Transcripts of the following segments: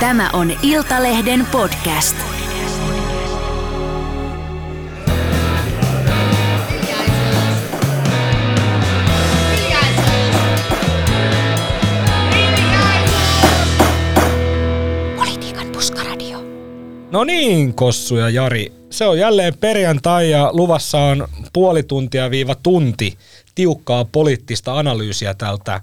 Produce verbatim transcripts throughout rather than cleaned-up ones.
Tämä on Iltalehden podcast. Politiikan puskaradio. No niin, Kossu ja Jari. Se on jälleen perjantai ja luvassa on puoli tuntia viiva tunti tiukkaa poliittista analyysiä tältä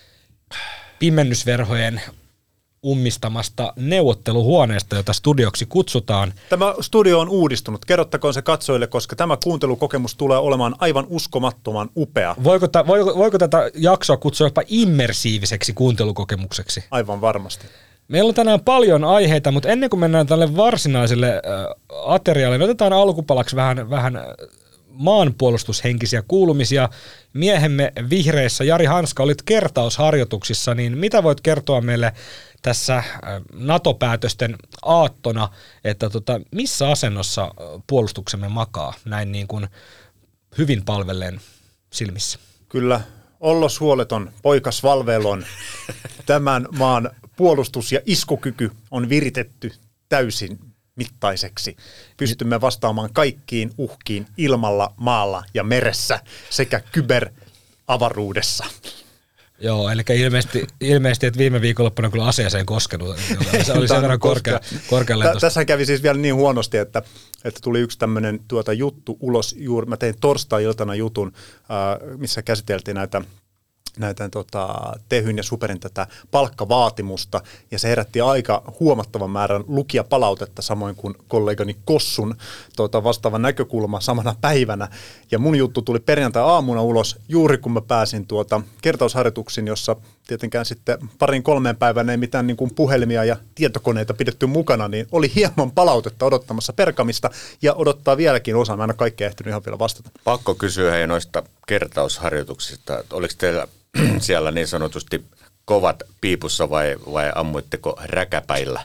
pimennysverhojen ummistamasta neuvotteluhuoneesta, jota studioksi kutsutaan. Tämä studio on uudistunut. Kerrottakoon se katsojille, koska tämä kuuntelukokemus tulee olemaan aivan uskomattoman upea. Voiko, ta, voiko, voiko tätä jaksoa kutsua jopa immersiiviseksi kuuntelukokemukseksi? Aivan varmasti. Meillä on tänään paljon aiheita, mutta ennen kuin mennään tälle varsinaiselle äh, aterialle, niin otetaan alkupalaksi vähän, vähän maanpuolustushenkisiä kuulumisia. Miehemme vihreissä, Jari Hanska, olit kertausharjoituksissa, niin mitä voit kertoa meille tässä NATO-päätösten aattona, että tota, missä asennossa puolustuksemme makaa näin niin kuin hyvin palvelleen silmissä? Kyllä, ollos huoleton, poikas valveilon. Tämän maan puolustus- ja iskukyky on viritetty täysin mittaiseksi. Pystymme vastaamaan kaikkiin uhkiin ilmalla, maalla ja meressä sekä kyberavaruudessa. Joo, eli ilmeisesti, ilmeisesti että viime viikonloppuna kyllä aseeseen koskenut. Se oli sen verran korkea, korkealentoista. Tässä kävi siis vielä niin huonosti, että, että tuli yksi tämmöinen tuota juttu ulos juuri. Mä tein torstai-iltana jutun, äh, missä käsiteltiin näitä näitä tota, Tehyn ja Superin tätä palkkavaatimusta, ja se herätti aika huomattavan määrän lukijapalautetta, samoin kuin kollegani Kossun tota, vastaava näkökulma samana päivänä. Ja mun juttu tuli perjantai-aamuna ulos, juuri kun mä pääsin tuota kertausharjoituksiin, jossa tietenkään sitten parin kolmeen päivän ei mitään niin kuin puhelimia ja tietokoneita pidetty mukana, niin oli hieman palautetta odottamassa perkamista, ja odottaa vieläkin osa. Mä en ole kaikkea ehtinyt ihan vielä vastata. Pakko kysyä hei noista kertausharjoituksista. Oliko teillä siellä niin sanotusti kovat piipussa vai, vai ammuitteko räkäpäillä?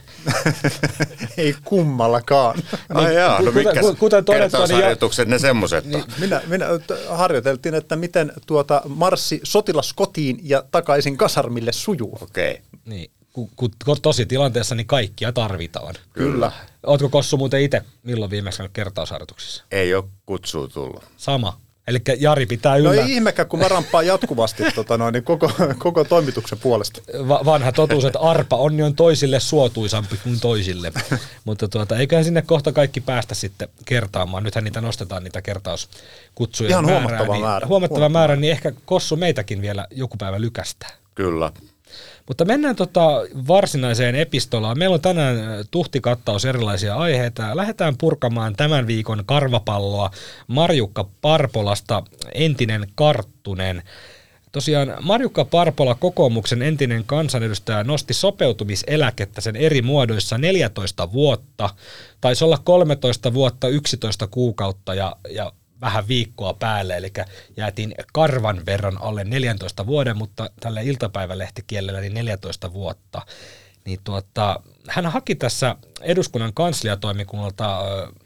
Ei kummallakaan. Ai jaa, no mitkä kertausharjoitukset ne semmoiset niin, minä, minä harjoiteltiin, että miten tuota marssi sotilaskotiin ja takaisin kasarmille sujuu. Okei. Okay. Niin, kun, kun tosi tilanteessa niin kaikkia tarvitaan. Kyllä. Ootko Kossu muuten itse milloin viimeksi käynyt kertausharjoituksissa? Ei ole kutsua tullut. Sama. Eli Jari pitää yllä. No ei ihmekään, kun mä rampaan jatkuvasti tota noin, niin koko, koko toimituksen puolesta. Va- vanha totuus, että arpa on on toisille suotuisampi kuin toisille. Mutta tuota, eiköhän sinne kohta kaikki päästä sitten kertaamaan. Nythän niitä nostetaan, niitä kertauskutsuja. Ihan määrää, huomattava niin, määrä. Huomattava määrä, niin ehkä Kossu meitäkin vielä joku päivä lykästää. Kyllä. Mutta mennään tota varsinaiseen epistolaan. Meillä on tänään tuhtikattaus erilaisia aiheita. Lähdetään purkamaan tämän viikon karvapalloa Marjukka Parpolasta, entinen Karttunen. Tosiaan Marjukka Parpola, kokoomuksen entinen kansanedustaja, nosti sopeutumiseläkettä sen eri muodoissa neljätoista vuotta. Taisi olla kolmetoista vuotta, yksitoista kuukautta ja, ja vähän viikkoa päälle, eli jäätiin karvan verran alle neljäntoista vuoden, mutta tällä iltapäivälehtikielellä niin neljätoista vuotta. Niin tuota, hän haki tässä eduskunnan kansliatoimikunnalta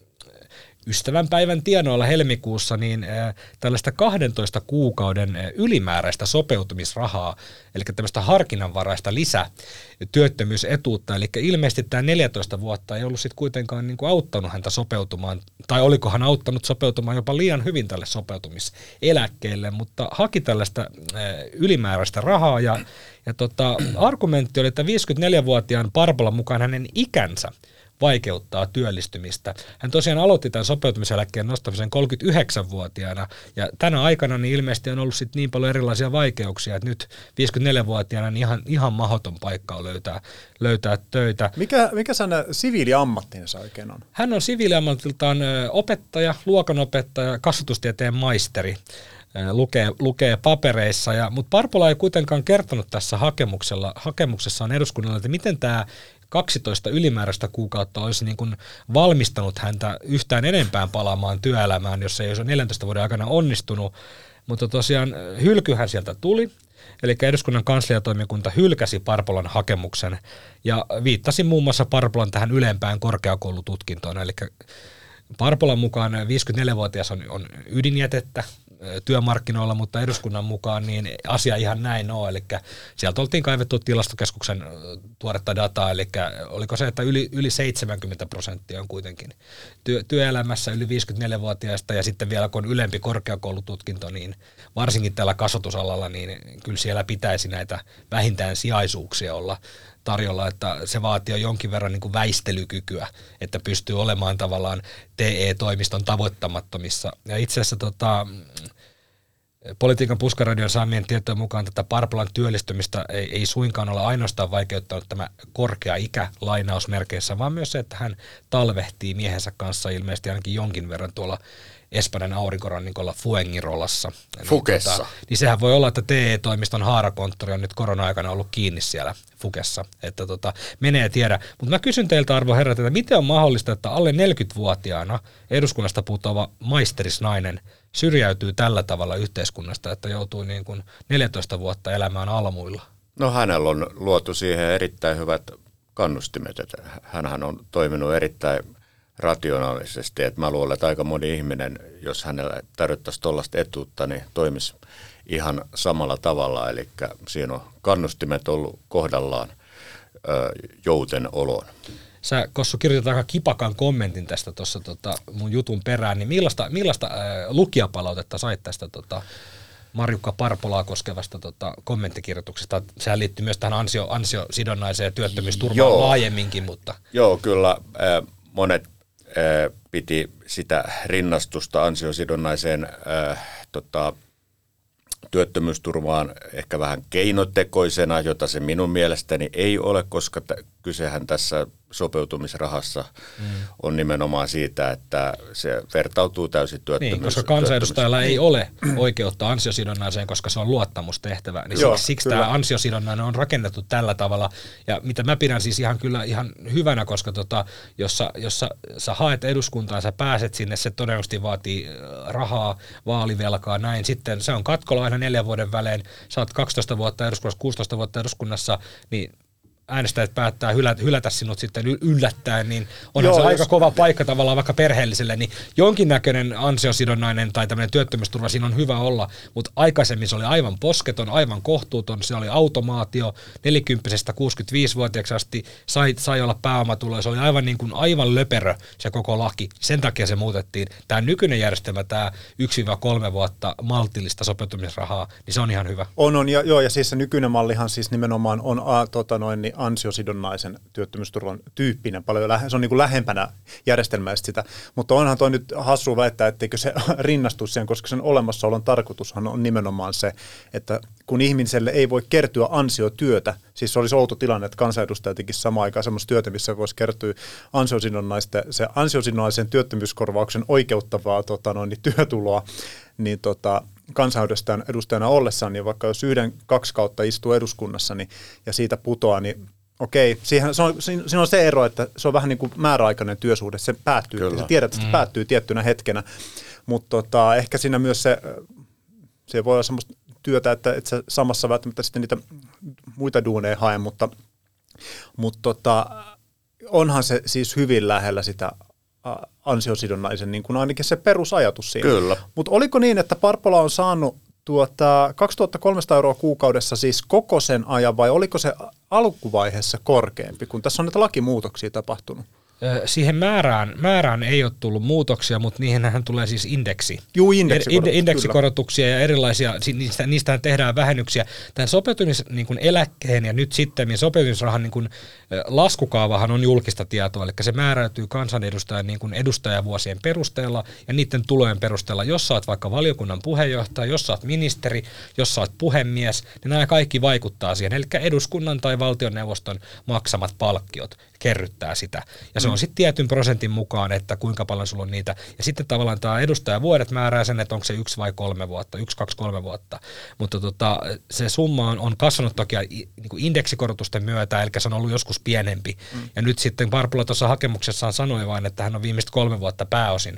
ystävänpäivän tienoilla helmikuussa niin tällaista kahdentoista kuukauden ylimääräistä sopeutumisrahaa, eli tämmöistä harkinnanvaraista lisätyöttömyysetuutta, eli ilmeisesti tämä neljätoista vuotta ei ollut sitten kuitenkaan niin kuin auttanut häntä sopeutumaan, tai olikohan auttanut sopeutumaan jopa liian hyvin tälle sopeutumiseläkkeelle, mutta haki tällaista ylimääräistä rahaa, ja, ja tota, argumentti oli, että viisikymmentäneljävuotiaan Parpolan mukaan hänen ikänsä vaikeuttaa työllistymistä. Hän tosiaan aloitti tämän sopeutumiseläkkeen nostamisen kolmekymmentäyhdeksänvuotiaana, ja tänä aikana niin ilmeisesti on ollut sit niin paljon erilaisia vaikeuksia, että nyt viisikymmentäneljävuotiaana niin ihan, ihan mahdoton paikka on löytää, löytää töitä. Mikä, mikä sen siviiliammattinsa oikein on? Hän on siviiliammatiltaan opettaja, luokanopettaja, kasvatustieteen maisteri. Lukee, lukee papereissa, ja, mutta Parpola ei kuitenkaan kertonut tässä hakemuksella, hakemuksessaan eduskunnalle, että miten tämä kaksitoista ylimääräistä kuukautta olisi niin kuin valmistanut häntä yhtään enempään palaamaan työelämään, jos ei olisi neljäntoista vuoden aikana onnistunut. Mutta tosiaan hylkyhän sieltä tuli, eli eduskunnan kansliatoimikunta hylkäsi Parpolan hakemuksen ja viittasi muun muassa Parpolan tähän ylempään korkeakoulututkintoon. Eli Parpolan mukaan viisikymmentäneljävuotias on, on ydinjätettä, työmarkkinoilla, mutta eduskunnan mukaan niin asia ihan näin on, eli sieltä oltiin kaivettu tilastokeskuksen tuoretta dataa, eli oliko se, että yli, yli seitsemänkymmentä prosenttia on kuitenkin työ, työelämässä yli viisikymmentäneljä-vuotiaista, ja sitten vielä kun on ylempi korkeakoulututkinto, niin varsinkin tällä kasvatusalalla, niin kyllä siellä pitäisi näitä vähintään sijaisuuksia olla tarjolla, että se vaatii jonkin verran niin kuin väistelykykyä, että pystyy olemaan tavallaan T E-toimiston tavoittamattomissa. Ja itse asiassa tota, Politiikan puskaradion saamien tietojen mukaan tätä Parpolan työllistymistä ei, ei suinkaan ole ainoastaan vaikeuttanut tämä korkea ikä lainausmerkeissä, vaan myös se, että hän talvehtii miehensä kanssa ilmeisesti ainakin jonkin verran tuolla Espanjan aurinkorannikolla Fuengirolassa. Fukessa. Niin, tota, niin sehän voi olla, että T E-toimiston haarakonttori on nyt korona-aikana ollut kiinni siellä Fukessa, että tota, menee tiedä. Mutta mä kysyn teiltä, arvo herrat, että miten on mahdollista, että alle neljäkymmentävuotiaana eduskunnasta putoava maisterisnainen syrjäytyy tällä tavalla yhteiskunnasta, että joutuu niin kuin neljätoista vuotta elämään almuilla? No hänellä on luotu siihen erittäin hyvät kannustimet, että hänhän on toiminut erittäin rationaalisesti, että mä luulen, että aika moni ihminen, jos hänellä tarjottaisiin tuollaista etuutta, niin toimisi ihan samalla tavalla, eli siinä on kannustimet ollut kohdallaan ö, jouten oloon. Sä, Kossu, kirjoitat aika kipakan kommentin tästä tuossa tota, mun jutun perään, niin millaista, millaista äh, lukijapalautetta sait tästä tota, Marjukka Parpolaa koskevasta tota, kommenttikirjoituksesta? Sehän liittyy myös tähän ansio, ansiosidonnaiseen työttömyysturvaan Joo. laajemminkin, mutta... Joo, kyllä äh, monet äh, piti sitä rinnastusta ansiosidonnaiseen äh, tota, työttömyysturvaan ehkä vähän keinotekoisena, jota se minun mielestäni ei ole, koska t- kysehän tässä sopeutumisrahassa mm. on nimenomaan siitä, että se vertautuu täysin työttömyys. Niin, koska kansanedustajalla ei ole oikeutta ansiosidonnaiseen, koska se on luottamustehtävä. Niin Joo, siksi siksi tämä ansiosidonnainen on rakennettu tällä tavalla. Ja mitä mä pidän siis ihan kyllä ihan hyvänä, koska tota, jos, sä, jos sä, sä haet eduskuntaan, sä pääset sinne, se todennäköisesti vaatii rahaa, vaalivelkaa, näin. Sitten se on katkolla aina neljän vuoden välein. Sä oot kaksitoista vuotta eduskunnassa, kuusitoista vuotta eduskunnassa, niin äänestäjät päättää hylätä, hylätä sinut sitten yllättäen, niin onhan Joo, se aika jos... kova paikka tavallaan vaikka perheelliselle, niin jonkinnäköinen ansiosidonnainen tai tämmöinen työttömyysturva siinä on hyvä olla, mutta aikaisemmin se oli aivan posketon, aivan kohtuuton, se oli automaatio, nelikymppisestä kuusikymmentäviisivuotiaaksi asti sai, sai olla pääomatuloja, se oli aivan niin kuin aivan löperö se koko laki, sen takia se muutettiin. Tämä nykyinen järjestelmä, tämä yksi kolme vuotta maltillista sopeutumisrahaa, niin se on ihan hyvä. On, on, ja, joo, ja siis se nykyinen mallihan siis nimenomaan on a, tota noin, niin ansiosidonnaisen työttömyysturvan tyyppinen, paljon lähe, se on niin kuin lähempänä järjestelmäistä sitä, mutta onhan toi nyt hassu väittää, etteikö se rinnastu siihen, koska sen olemassaolon tarkoitushan on nimenomaan se, että kun ihmiselle ei voi kertyä ansiotyötä, siis se olisi outo tilanne, että kansanedustaja tekisi samaan aikaan semmoista työtä, missä voisi kertyä ansiosidonnaista, se ansiosidonnaisen työttömyyskorvauksen oikeuttavaa tota noin, niin työtuloa, niin tota, kansanedustajan edustajana ollessaan, niin vaikka jos yhden, kaksi kautta istuu eduskunnassa niin, ja siitä putoaa, niin okei, siihen, se on, siinä on se ero, että se on vähän niin kuin määräaikainen työsuhde, se päättyy, Kyllä. sä tiedät, että se mm. päättyy tiettynä hetkenä, mutta tota, ehkä siinä myös se, se voi olla semmoista työtä, että et sä samassa välttämättä sitten niitä muita duuneja hae, mutta, mutta tota, onhan se siis hyvin lähellä sitä ansiosidonnaisen, niin kuin ainakin se perusajatus siinä. Kyllä. Mutta oliko niin, että Parpola on saanut tuota kaksituhattakolmesataa euroa kuukaudessa siis koko sen ajan, vai oliko se alkuvaiheessa korkeampi, kun tässä on näitä lakimuutoksia tapahtunut? Siihen määrään, määrään ei ole tullut muutoksia, mutta niihinhän tulee siis indeksi. Juu, indeksikorotuksia. indeksikorotuksia ja erilaisia, niistä, niistähän tehdään vähennyksiä. Tämän sopeutumiseläkkeen ja nyt sitten sopeutumisrahan niin kuin laskukaavahan on julkista tietoa, eli se määräytyy kansanedustajan niin kuin edustajavuosien perusteella ja niiden tulojen perusteella. Jos sä oot vaikka valiokunnan puheenjohtaja, jos sä oot ministeri, jos sä oot puhemies, niin nämä kaikki vaikuttaa siihen. Eli eduskunnan tai valtioneuvoston maksamat palkkiot kerryttää sitä. Ja se on sitten tietyn prosentin mukaan, että kuinka paljon sulla on niitä. Ja sitten tavallaan tämä edustajavuodet määrää sen, että onko se yksi vai kolme vuotta, yksi, kaksi, kolme vuotta. Mutta tota, se summa on, on kasvanut toki niin kuin indeksikorotusten myötä, eli se on ollut joskus pienempi. Mm. Ja nyt sitten Parpola tuossa hakemuksessaan sanoi vain, että hän on viimeistä kolme vuotta pääosin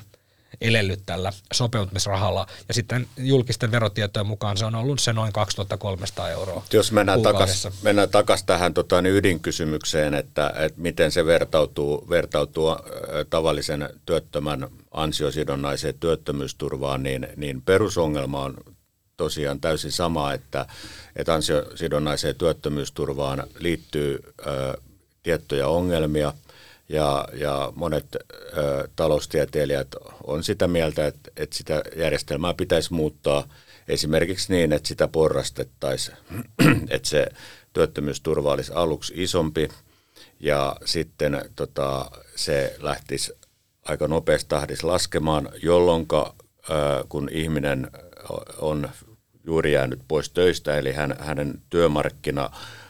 elellyt tällä sopeutumisrahalla, ja sitten julkisten verotietojen mukaan se on ollut se noin kaksituhattakolmesataa euroa. Jos mennään takaisin mennään takas tähän tota, niin ydinkysymykseen, että, että miten se vertautuu, vertautuu äh, tavallisen työttömän ansiosidonnaiseen työttömyysturvaan, niin, niin perusongelma on tosiaan täysin sama, että, että ansiosidonnaiseen työttömyysturvaan liittyy äh, tiettyjä ongelmia, Ja, ja monet ö, taloustieteilijät on sitä mieltä, että, että sitä järjestelmää pitäisi muuttaa esimerkiksi niin, että sitä porrastettaisiin, että se työttömyysturva olisi aluksi isompi ja sitten tota, se lähtisi aika nopeasti tahdissa laskemaan, jolloin kun ihminen on juuri jäänyt pois töistä, eli hän, hänen työmarkkina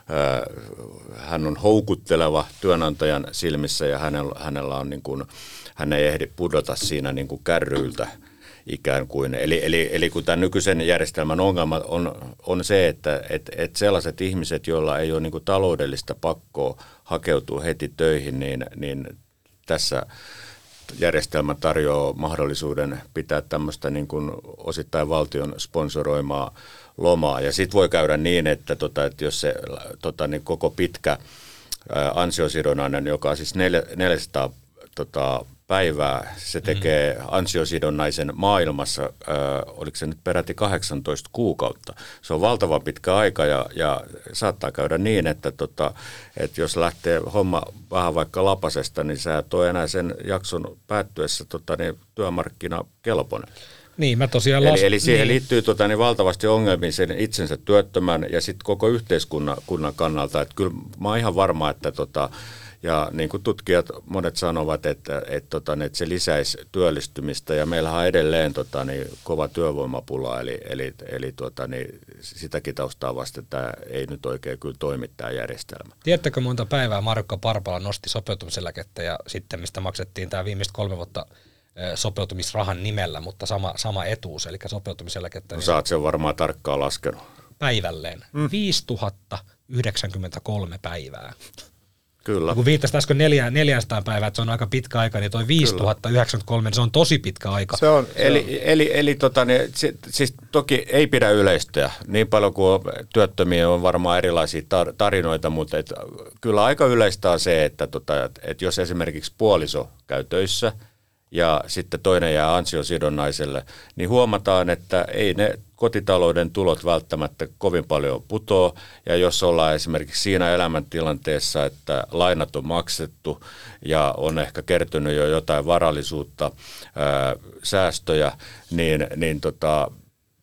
hän on houkutteleva työnantajan silmissä ja hänellä, hänellä on niin kuin, hän ei ehdi pudota siinä niin kuin kärryiltä ikään kuin. Eli, eli, eli kun tämän nykyisen järjestelmän ongelma on, on se, että et, et sellaiset ihmiset, joilla ei ole niin kuin taloudellista pakkoa hakeutua heti töihin, niin, niin tässä järjestelmä tarjoaa mahdollisuuden pitää tämmöistä niin kuin osittain valtion sponsoroimaa lomaa. Ja sitten voi käydä niin, että, tota, että jos se tota, niin koko pitkä ää, ansiosidonnainen, joka on siis neljäsataa tota, päivää, se tekee mm. ansiosidonnaisen maailmassa, ää, oliko se nyt peräti kahdeksantoista kuukautta. Se on valtavan pitkä aika ja, ja saattaa käydä niin, että, tota, että jos lähtee homma vähän vaikka lapasesta, niin sä et ole enää sen jakson päättyessä tota, niin työmarkkinakelpoinen. Niin, mä tosiaan las... las... Eli, eli siihen niin. liittyy tota, niin valtavasti ongelmia sen itsensä työttömän ja sitten koko yhteiskunnan kunnan kannalta. Että kyllä mä oon ihan varma, että tota, ja niin kuin tutkijat monet sanovat, että, että, tota, että se lisäisi työllistymistä ja meillähän on edelleen tota, niin, kova työvoimapula, eli, eli, eli tota, niin, sitäkin taustaa vasta tämä ei nyt oikein kyllä toimi tämä järjestelmä. Tiedättekö monta päivää Markka Parpala nosti sopeutumiseläkettä ja sitten mistä maksettiin tämä viimeiset kolme vuotta sopeutumisrahan nimellä, mutta sama, sama etuus, eli sopeutumiseläkettä. No, sä oot sen varmaan tarkkaan laskenut. Päivälleen. Mm. viisituhatta yhdeksänkymmentäkolme päivää. Kyllä. Kun viittasit äsken neljäsataa päivää, että se on aika pitkä aika, niin toi viisituhatta yhdeksänkymmentäkolme, niin se on tosi pitkä aika. Se on, se eli on. eli, eli tota, niin, siis toki ei pidä yleistyä. Niin paljon kuin työttömiä on varmaan erilaisia tar- tarinoita, mutta et, kyllä aika yleistä on se, että, tota, että jos esimerkiksi puoliso käy töissä, ja sitten toinen jää ansiosidonnaiselle, niin huomataan, että ei ne kotitalouden tulot välttämättä kovin paljon putoo. Ja jos ollaan esimerkiksi siinä elämäntilanteessa, että lainat on maksettu ja on ehkä kertynyt jo jotain varallisuutta, ää, säästöjä, niin, niin tota,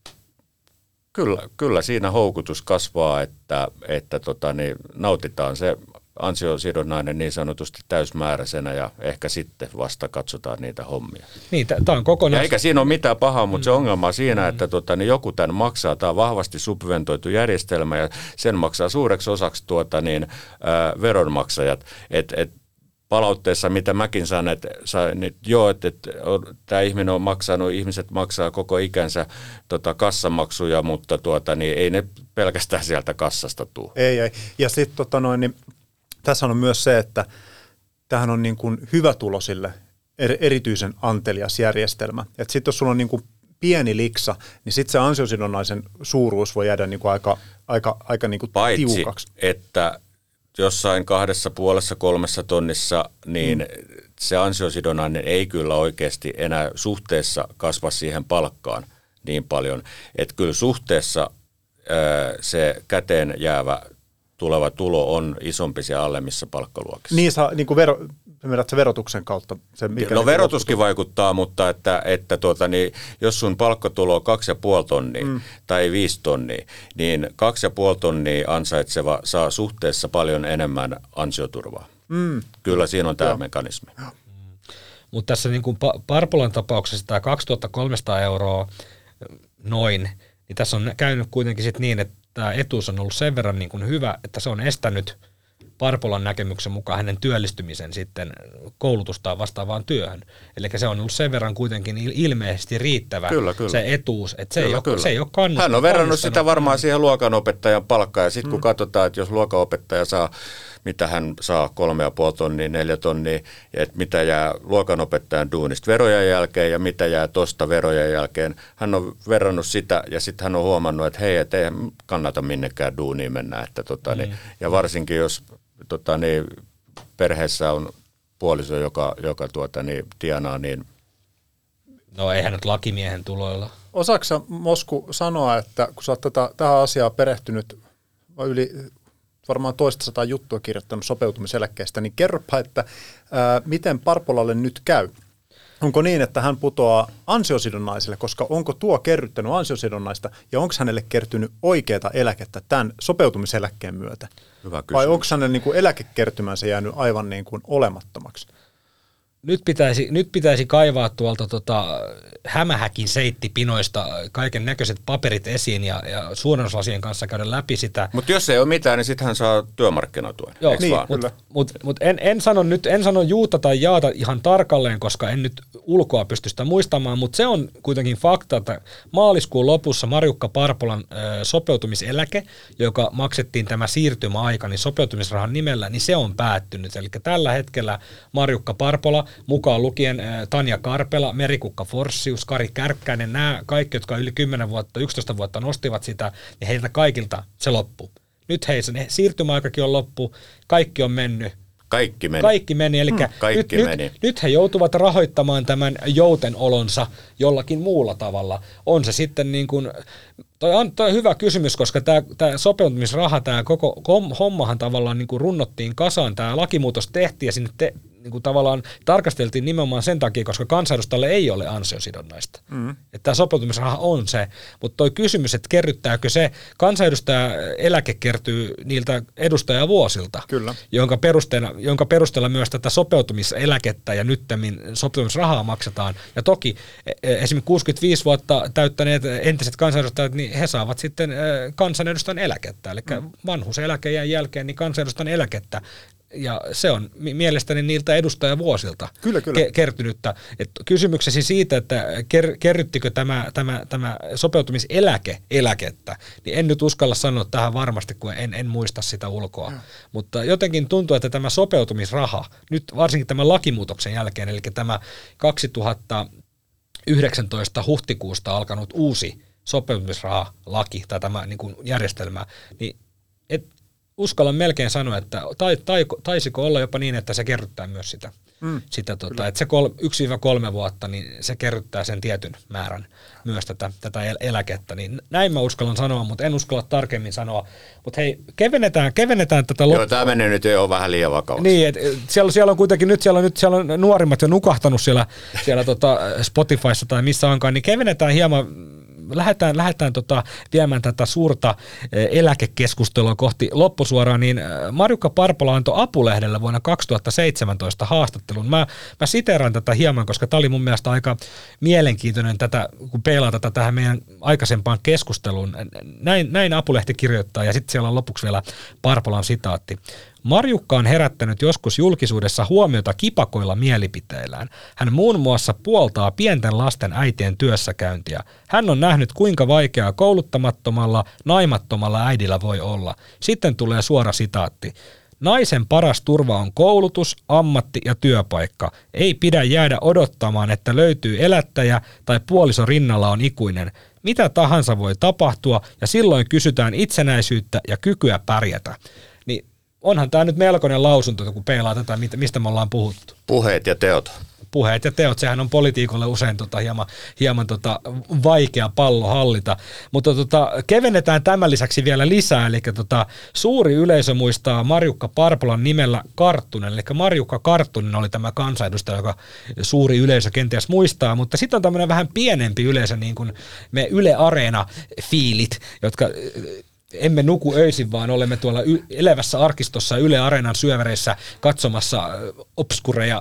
kyllä, kyllä siinä houkutus kasvaa, että, että tota, niin nautitaan se ansiosidonnainen niin sanotusti täysmääräisenä ja ehkä sitten vasta katsotaan niitä hommia. Niin, tämä on kokonaan. Eikä siinä ole mitään pahaa, mutta se ongelma on siinä, että tota, niin joku tämän maksaa. Tämä on vahvasti subventoitu järjestelmä ja sen maksaa suureksi osaksi tuota, niin, ää, veronmaksajat. Et, et, palautteessa, mitä mäkin saan, että, niin joo, että, että tämä ihminen on maksanut, ihmiset maksaa koko ikänsä tota, kassamaksuja, mutta tuota, niin ei ne pelkästään sieltä kassasta tule. Ei, ei. Ja sitten tota noin, niin tässä on myös se, että tämähän on niin kuin hyvätulosille erityisen antelias järjestelmä. Että sitten jos sulla on niin kuin pieni liksa, niin sitten se ansiosidonnaisen suuruus voi jäädä niin kuin aika, aika, aika niin kuin tiukaksi. Paitsi, että jossain kahdessa puolessa kolmessa tonnissa, niin mm. se ansiosidonnainen ei kyllä oikeasti enää suhteessa kasva siihen palkkaan niin paljon. Että kyllä suhteessa ää, se käteen jäävä tuleva tulo on isompi siellä alemmissa palkkaluokissa. Niin, saa, niin kuin vero, se verotuksen kautta. Se mikä no verotuskin lopputulo. Vaikuttaa, mutta että, että tuota, niin, jos sun palkkatulo on kaksi ja puoli tonnia mm. tai viisi tonnia, niin kaksi ja puoli tonnia ansaitseva saa suhteessa paljon enemmän ansioturvaa. Mm. Kyllä siinä on tämä Joo. mekanismi. Mm. Mutta tässä niin kuin Parpolan tapauksessa tämä kaksituhattakolmesataa euroa noin, niin tässä on käynyt kuitenkin sit niin, että tämä etuus on ollut sen verran niin kuin hyvä, että se on estänyt Parpolan näkemyksen mukaan hänen työllistymisen sitten koulutustaan vastaavaan työhön. Eli se on ollut sen verran kuitenkin ilmeisesti riittävä kyllä, kyllä. se etuus, että se, kyllä, ei, ole, kyllä. se ei ole kannustanut. Hän on verrannut sitä varmaan siihen luokanopettajan palkkaan, ja sitten kun mm. katsotaan, että jos luokanopettaja saa mitä hän saa kolme ja puoli tonnia, neljä tonnia, ja että mitä jää luokanopettajan duunista verojen jälkeen ja mitä jää tuosta verojen jälkeen. Hän on verrannut sitä ja sitten hän on huomannut, että hei, et ei kannata minnekään duuniin mennä. Että tota, mm. niin, ja varsinkin jos tota, niin, perheessä on puoliso, joka, joka tuota, niin, tienaa, niin no eihän nyt lakimiehen tuloilla. Osaatko Mosku sanoa, että kun sä oot tätä, tähän asiaan perehtynyt yli varmaan toista sataa juttua kirjoittanut sopeutumiseläkkeestä, niin kerropa, että ää, miten Parpolalle nyt käy? Onko niin, että hän putoaa ansiosidonnaisille, koska onko tuo kerryttänyt ansiosidonnaista ja onko hänelle kertynyt oikeaa eläkettä tämän sopeutumiseläkkeen myötä? Hyvä kysymys. Vai onko hänelle niin kuin eläkekertymänsä jäänyt aivan niin kuin olemattomaksi? Nyt pitäisi, nyt pitäisi kaivaa tuolta tota hämähäkin seittipinoista kaiken näköiset paperit esiin ja, ja suurennuslasien kanssa käydä läpi sitä. Mutta jos ei ole mitään, niin sitten hän saa työmarkkinatuen. Joo, niin, mutta mut, mut en, en sano nyt, en sano juuta tai jaata ihan tarkalleen, koska en nyt ulkoa pysty sitä muistamaan, mutta se on kuitenkin fakta, että maaliskuun lopussa Marjukka Parpolan ö, sopeutumiseläke, joka maksettiin tämä siirtymäaika, niin sopeutumisrahan nimellä, niin se on päättynyt. Eli tällä hetkellä Marjukka Parpola, mukaan lukien Tanja Karpela, Merikukka Forssius, Kari Kärkkäinen, nämä kaikki, jotka yli kymmenen vuotta, yksitoista vuotta nostivat sitä, niin heiltä kaikilta se loppuu. Nyt hei, se siirtymäaikakin on loppu, kaikki on mennyt. Kaikki meni. Kaikki meni, eli hmm, kaikki nyt, meni. Nyt, nyt he joutuvat rahoittamaan tämän joutenolonsa jollakin muulla tavalla. On se sitten niin kuin, toi on, toi on hyvä kysymys, koska tämä, tämä sopeutumisraha, tämä koko hommahan tavallaan niin kuin runnottiin kasaan, tämä lakimuutos tehtiin ja sinne te, niin kuin tavallaan tarkasteltiin nimenomaan sen takia, koska kansanedustajalle ei ole ansiosidonnaista. Mm. Että tämä sopeutumisraha on se, mutta toi kysymys, että kerryttääkö se kansanedustaja eläke kertyy niiltä edustajavuosilta, Kyllä. Jonka, perusteella, jonka perusteella myös tätä sopeutumiseläkettä ja nyttemmin sopeutumisrahaa maksetaan. Ja toki esimerkiksi kuusikymmentäviisi vuotta täyttäneet entiset kansanedustajat, niin he saavat sitten kansanedustajan eläkettä, eli mm. vanhuuseläkeen jälkeen niin kansanedustajan eläkettä. Ja se on mielestäni niiltä edustajavuosilta kyllä, kyllä. Ke- kertynyttä. Et kysymyksesi siitä, että ker- kerryttikö tämä, tämä, tämä sopeutumiseläke eläkettä, niin en nyt uskalla sanoa tähän varmasti, kun en, en muista sitä ulkoa. Mm. Mutta jotenkin tuntuu, että tämä sopeutumisraha, nyt varsinkin tämän lakimuutoksen jälkeen, eli tämä kaksituhattayhdeksäntoista huhtikuusta alkanut uusi sopeutumisrahalaki tai tämä niin kuin järjestelmä, niin et, uskallan melkein sanoa, että tai, tai, taisiko olla jopa niin, että se kerryttää myös sitä, mm, sitä tota, että se kol, yksi kolme vuotta, niin se kerryttää sen tietyn määrän myös tätä, tätä eläkettä. Niin näin mä uskallan sanoa, mutta en uskalla tarkemmin sanoa. Mutta hei, kevennetään, kevennetään tätä loppuun. Joo, tämä menee nyt jo vähän liian vakavaksi. Niin, että siellä, siellä on kuitenkin nyt siellä on, nyt siellä on nuorimmat jo nukahtanut siellä, siellä tota Spotifyssa tai missä onkaan, niin kevennetään hieman. Lähdetään, lähdetään tota, viemään tätä suurta eläkekeskustelua kohti loppusuoraan, niin Marjukka Parpola antoi Apulehdellä vuonna kaksituhattaseitsemäntoista haastattelun. Mä, mä siteeraan tätä hieman, koska tämä oli mun mielestä aika mielenkiintoinen, tätä, kun peilaa tätä tähän meidän aikaisempaan keskusteluun. Näin, näin Apulehti kirjoittaa, ja sitten siellä on lopuksi vielä Parpolan sitaatti. Marjukka on herättänyt joskus julkisuudessa huomiota kipakoilla mielipiteillään. Hän muun muassa puoltaa pienten lasten äitien työssäkäyntiä. Hän on nähnyt, kuinka vaikeaa kouluttamattomalla, naimattomalla äidillä voi olla. Sitten tulee suora sitaatti. Naisen paras turva on koulutus, ammatti ja työpaikka. Ei pidä jäädä odottamaan, että löytyy elättäjä tai puoliso rinnalla on ikuinen. Mitä tahansa voi tapahtua ja silloin kysytään itsenäisyyttä ja kykyä pärjätä. Niin onhan tämä nyt melkoinen lausunto, kun peilaa tätä, mistä me ollaan puhuttu. Puheet ja teot. Puheet ja teot, sehän on politiikolle usein tota hieman, hieman tota vaikea pallo hallita, mutta tota, kevennetään tämän lisäksi vielä lisää, eli tota, suuri yleisö muistaa Marjukka Parpolan nimellä Karttunen, eli Marjukka Karttunen oli tämä kansanedustaja, joka suuri yleisö kenties muistaa, mutta sitten on tämmöinen vähän pienempi yleisö, niin kuin me Yle Areena-fiilit, jotka emme nuku öisin, vaan olemme tuolla y- elävässä arkistossa Yle Areenan syövereissä katsomassa obskureja,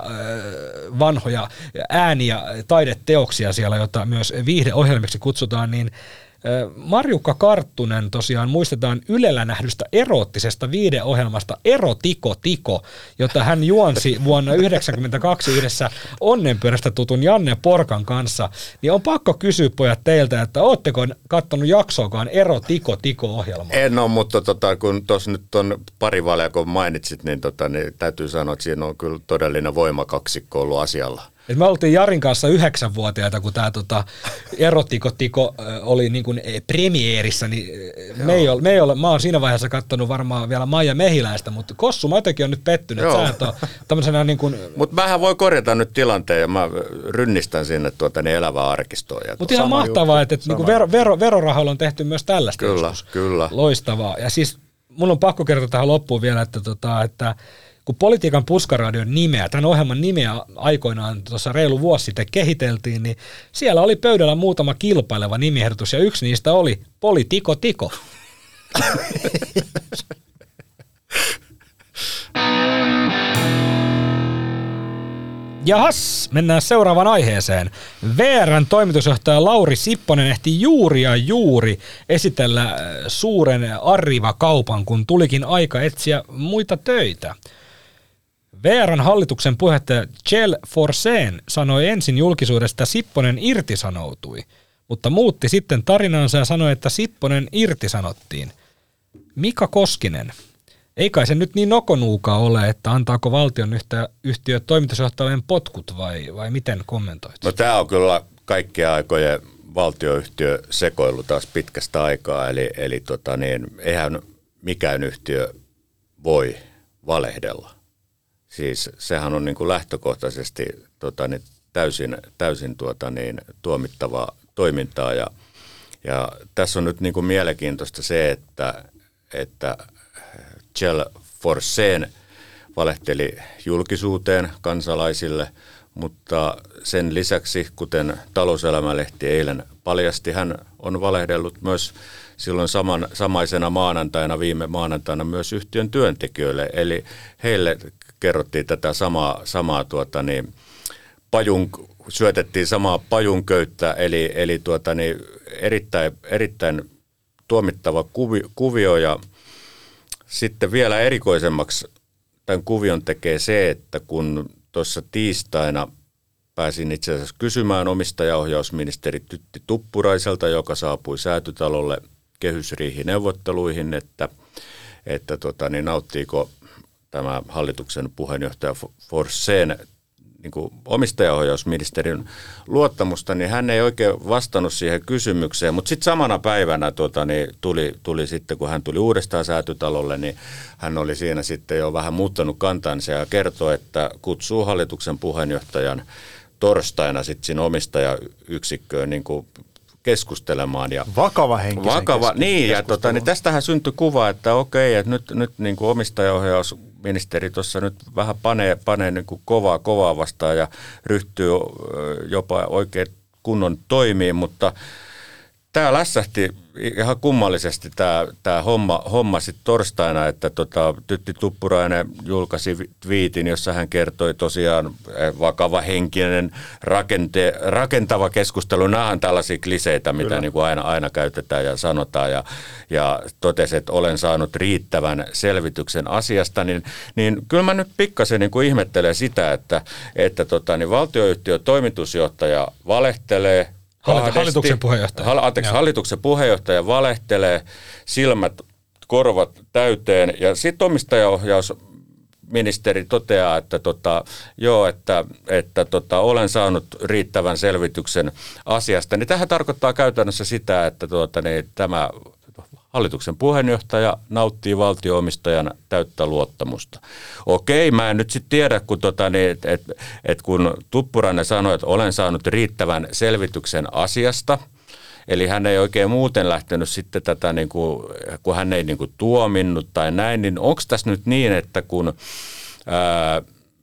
vanhoja ääniä, taideteoksia siellä, jota myös viihdeohjelmiksi kutsutaan, niin Marjukka Karttunen tosiaan muistetaan Ylellä nähdystä eroottisesta viihdeohjelmasta Ero Tiko Tiko, jota hän juonsi vuonna yhdeksänkymmentäkaksi yhdessä Onnenpyörästä tutun Janne Porkan kanssa. Niin on pakko kysyä pojat teiltä, että ootteko kattonut jaksoakaan Ero Tiko Tiko-ohjelmaa? En ole, mutta tota, kun tuossa nyt on pari valia, kun mainitsit, niin, tota, niin täytyy sanoa, että siinä on kyllä todellinen voimakaksikko ollut asialla. Et me oltiin Jarin kanssa yhdeksänvuotiaita, kun tämä tota, Ero Tiko Tiko oli niin kuin premierissä, niin me ei ole, me ei ole, mä oon siinä vaiheessa katsonut varmaan vielä Maija Mehiläistä, mutta Kossu, mä jotenkin on nyt pettynyt, että sä et ole tämmöisenä niin kuin... Mutta mähän voi korjata nyt tilanteen ja mä rynnistän sinne tuota niin elävää arkistoa. Mutta ihan mahtavaa, juttu, että, että niin vero, vero, verorahoilla on tehty myös tällaista kyllä, joskus. Kyllä, loistavaa. Ja siis mun on pakko kertoa tähän loppuun vielä, että, tota, että kun Politiikan puskaradion nimeä, tämän ohjelman nimeä aikoinaan tuossa reilu vuosi sitten kehiteltiin, niin siellä oli pöydällä muutama kilpaileva nimiehdotus, ja yksi niistä oli Politiko Tiko. Jahas, mennään seuraavaan aiheeseen. V R:n toimitusjohtaja Lauri Sipponen ehti juuri ja juuri esitellä suuren Arriva-kaupan, kun tulikin aika etsiä muita töitä. V R:n hallituksen puheenjohtaja Kjell Forsén sanoi ensin julkisuudesta, että Sipponen irtisanoutui, mutta muutti sitten tarinansa ja sanoi, että Sipponen irtisanottiin. Mika Koskinen. Ei kai se nyt niin nokonuukaa ole, että antaako valtion yhtiö toimitusjohtajalleen potkut vai, vai miten kommentoit? No tämä on kyllä kaikkien aikojen valtioyhtiö sekoilu taas pitkästä aikaa, eli, eli tota niin, eihän mikään yhtiö voi valehdella. Siis sehän on niin kuin lähtökohtaisesti tota niin, täysin, täysin tuota niin, tuomittavaa toimintaa ja, ja tässä on nyt niin kuin mielenkiintoista se, että, että Kjell Forsén valehteli julkisuuteen kansalaisille, mutta sen lisäksi, kuten Talouselämä-lehti eilen paljasti, hän on valehdellut myös silloin saman, samaisena maanantaina, viime maanantaina myös yhtiön työntekijöille. Eli heille kerrottiin tätä samaa, samaa tuota niin, pajun, syötettiin samaa pajunköyttä, eli, eli tuota niin, erittäin, erittäin tuomittava kuvi, kuvio ja sitten vielä erikoisemmaksi tämän kuvion tekee se, että kun tuossa tiistaina pääsin itse asiassa kysymään omistajaohjausministeri Tytti Tuppuraiselta, joka saapui Säätytalolle kehysriihineuvotteluihin, että, että tota, niin nauttiiko tämä hallituksen puheenjohtaja Forsén niin kuin omistajaohjausministerin luottamusta, niin hän ei oikein vastannut siihen kysymykseen, mutta sitten samana päivänä tuota, niin tuli, tuli sitten, kun hän tuli uudestaan Säätytalolle, niin hän oli siinä sitten jo vähän muuttanut kantansa ja kertoi, että kutsuu hallituksen puheenjohtajan torstaina sitten siinä omistajayksikköön niin kuin keskustelemaan. Ja vakava henkisen vakava, niin, ja tota, niin tästähän syntyi kuva, että okei, että nyt, nyt niin kuin omistajaohjausministeri tuossa nyt vähän panee, panee niin kuin kovaa, kovaa vastaan ja ryhtyy jopa oikein kunnon toimiin, mutta tämä lässähti ihan kummallisesti tämä, tämä homma, homma sitten torstaina, että tota, Tytti Tuppurainen julkaisi twiitin, jossa hän kertoi tosiaan vakava henkinen rakente, rakentava keskustelu. Nämä on tällaisia kliseitä, mitä niin kuin aina, aina käytetään ja sanotaan ja, ja totesi, että olen saanut riittävän selvityksen asiasta, niin, niin kyllä mä nyt pikkasen niin kuin ihmettelen sitä, että, että tota, niin valtioyhtiön toimitusjohtaja valehtelee, Hallituksen puheenjohtaja. Anteeksi, hallituksen puheenjohtaja valehtelee, silmät, korvat täyteen ja sitten omistajaohjausministeri toteaa, että, tota, joo, että, että tota, olen saanut riittävän selvityksen asiasta. Niin tähän tarkoittaa käytännössä sitä, että tuota, niin, tämä hallituksen puheenjohtaja nauttii valtio-omistajan täyttä luottamusta. Okei, mä en nyt sitten tiedä, kun, tota, niin, et, et, et kun Tuppurainen sanoi, että olen saanut riittävän selvityksen asiasta, eli hän ei oikein muuten lähtenyt sitten tätä, niin kuin, kun hän ei niin kuin tuominnut tai näin, niin onko tässä nyt niin, että kun, ää,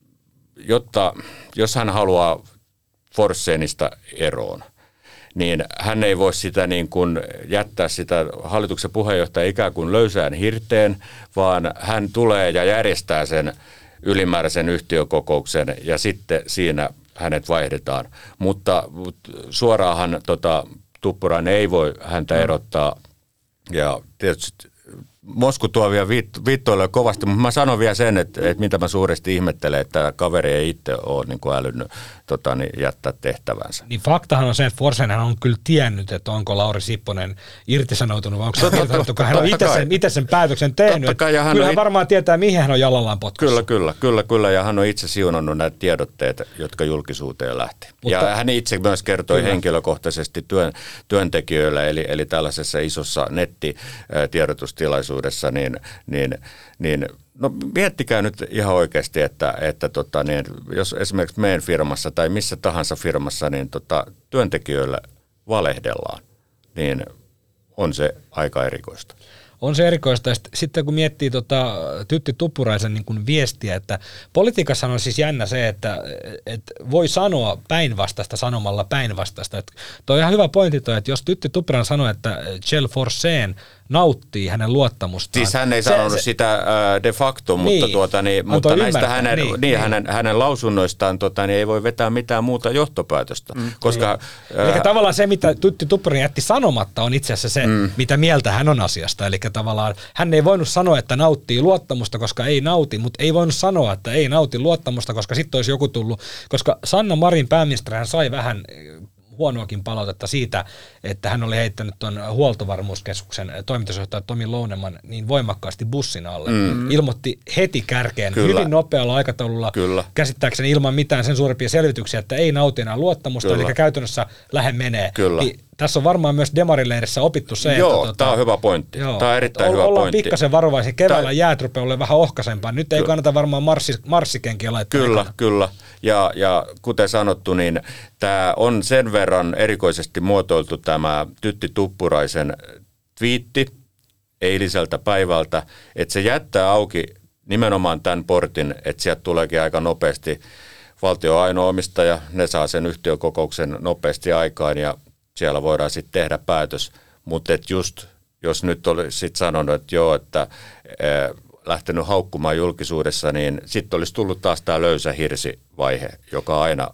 jotta, jos hän haluaa Forsénista eroon, niin hän ei voi sitä niin kuin jättää sitä hallituksen puheenjohtaja ikään kuin löysään hirteen, vaan hän tulee ja järjestää sen ylimääräisen yhtiökokouksen ja sitten siinä hänet vaihdetaan. Mutta suoraanhan tota, Tuppurainen ei voi häntä erottaa. Ja tietysti Mosku tuo vielä viittoilee kovasti, mutta mä sanon vielä sen, että, että mitä mä suuresti ihmettelen, että kaveri ei itse ole niin kuin älynyt tota, niin jättää tehtävänsä. Niin faktahan on se, että Forsenhan on kyllä tiennyt, että onko Lauri Sipponen irtisanoutunut, vai onko se irtisanoutunut, kun hän on itse sen, itse sen päätöksen tehnyt. Kyllä hän it... varmaan tietää, mihin hän on jalallaan potkussa. Kyllä, kyllä, kyllä, kyllä, ja hän on itse siunannut näitä tiedotteita, jotka julkisuuteen lähti. Mutta, ja hän itse myös kertoi kyllä. henkilökohtaisesti työn, työntekijöille, eli, eli tällaisessa isossa nettitiedotustilaisuudessa, niin, niin, niin no miettikää nyt ihan oikeasti, että, että tota, niin, jos esimerkiksi meidän firmassa tai missä tahansa firmassa niin tota, työntekijöille valehdellaan, niin on se aika erikoista. On se erikoista. Ja sitten kun miettii tota, Tytti Tuppuraisen niin kuin viestiä, että politiikassa on siis jännä se, että, että voi sanoa päinvastaista sanomalla päinvastaista. Että toi on ihan hyvä pointti toi, että jos Tytti Tuppurainen sanoo, että Kjell Forsén nauttii hänen luottamustaan. Siis hän ei se, sanonut se, sitä äh, de facto, mutta, niin, tuota, niin, mutta näistä hänen, niin, niin, niin, hänen, hänen lausunnoistaan tota, niin ei voi vetää mitään muuta johtopäätöstä. Mm, koska, niin. Eli äh, tavallaan se, mitä Tytti Tuppurainen jätti sanomatta, on itse asiassa se, mm. mitä mieltä hän on asiasta. Eli tavallaan hän ei voinut sanoa, että nauttii luottamusta, koska ei nauti, mutta ei voinut sanoa, että ei nauti luottamusta, koska sitten olisi joku tullut. Koska Sanna Marin pääministeri hän sai vähän huonoakin palautetta siitä, että hän oli heittänyt tuon huoltovarmuuskeskuksen toimitusjohtaja Tomi Louneman niin voimakkaasti bussin alle. Mm. Ilmoitti heti kärkeen Kyllä. hyvin nopealla aikataululla, Kyllä. käsittääkseni ilman mitään sen suurempia selvityksiä, että ei nauti enää luottamusta, Kyllä. eli käytännössä lähe menee. Niin tässä on varmaan myös demarileirissä opittu se, joo, että... Joo, tämä on hyvä pointti. Joo, tämä on erittäin hyvä ollaan pointti. Pikkasen varovaisia. Keväällä Tää... jäät rupeaa olemaan vähän ohkaisempaa. Nyt ei Kyllä. kannata varmaan marssi, marssikenkiä laittaa. Kyllä, ekana. kyllä. Ja, ja kuten sanottu, niin tämä on sen verran erikoisesti muotoiltu tämä Tytti Tuppuraisen twiitti eiliseltä päivältä, että se jättää auki nimenomaan tämän portin, että sieltä tuleekin aika nopeasti valtio ainoa omistaja, ne saa sen yhtiökokouksen nopeasti aikaan ja siellä voidaan sitten tehdä päätös, mutta et just jos nyt olisi sitten sanonut, että joo, että äh, lähtenyt haukkumaan julkisuudessa, niin sitten olisi tullut taas tämä löysä hirsivaihe, joka on aina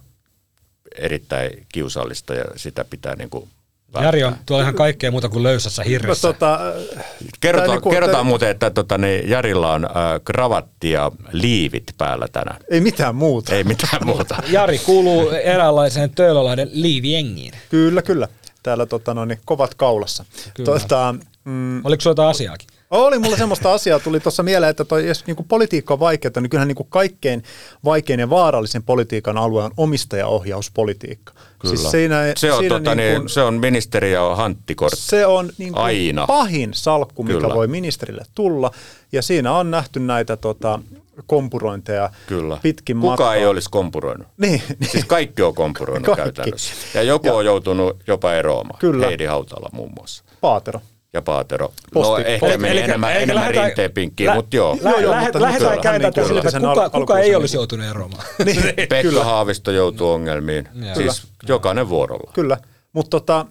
erittäin kiusallista ja sitä pitää niin kuin välttää. Jari on tuolla ihan kaikkea muuta kuin löysässä hirressä. No, tota, kerrotaan niin kuin, kerrotaan te... muuten, että tota, niin Jarilla on äh, kravatti ja liivit päällä tänään. Ei mitään muuta. Ei mitään muuta. Jari kuuluu eräänlaiseen Töölölaiden liivijengiin. Kyllä, kyllä. Täällä tota, no, niin, kovat kaulassa. Tota, mm, Oliko sinulla jotain asiaakin? Oli mulla semmoista asiaa, tuli tuossa mieleen, että toi, jos niin kuin politiikka on vaikeaa, niin kyllähän niin kuin kaikkein vaikein ja vaarallisen politiikan alue on omistajaohjauspolitiikka. Kyllä. Siis siinä, se, on siinä tota, niin kuin, niin, se on ministeri ja hanttikortti. Se on niin kuin aina pahin salkku, mikä Kyllä. voi ministerille tulla. Ja siinä on nähty näitä tota, kompurointeja Kyllä. pitkin Kuka matkaa. ei olisi kompuroinut? Niin, siis kaikki on kompuroinut kaikki. Käytännössä. Ja joku ja, on joutunut jopa eroamaan. Kyllä. Heidi Hautala muun muassa. Paatero. Ja Paatero. Posti. No ehkä Posti. meni eli, enemmän, eli enemmän lähetään, rinteen pinkkiin, lä- mutta joo. Lä- joo, joo lähet, mutta lähdetään kääntämään niin sille, että kuka, kuka ei olisi joutunut eroamaan. niin, Pekka kyllä. Haavisto joutuu ongelmiin. Ja. Siis kyllä. jokainen vuorolla. Kyllä, mutta tota,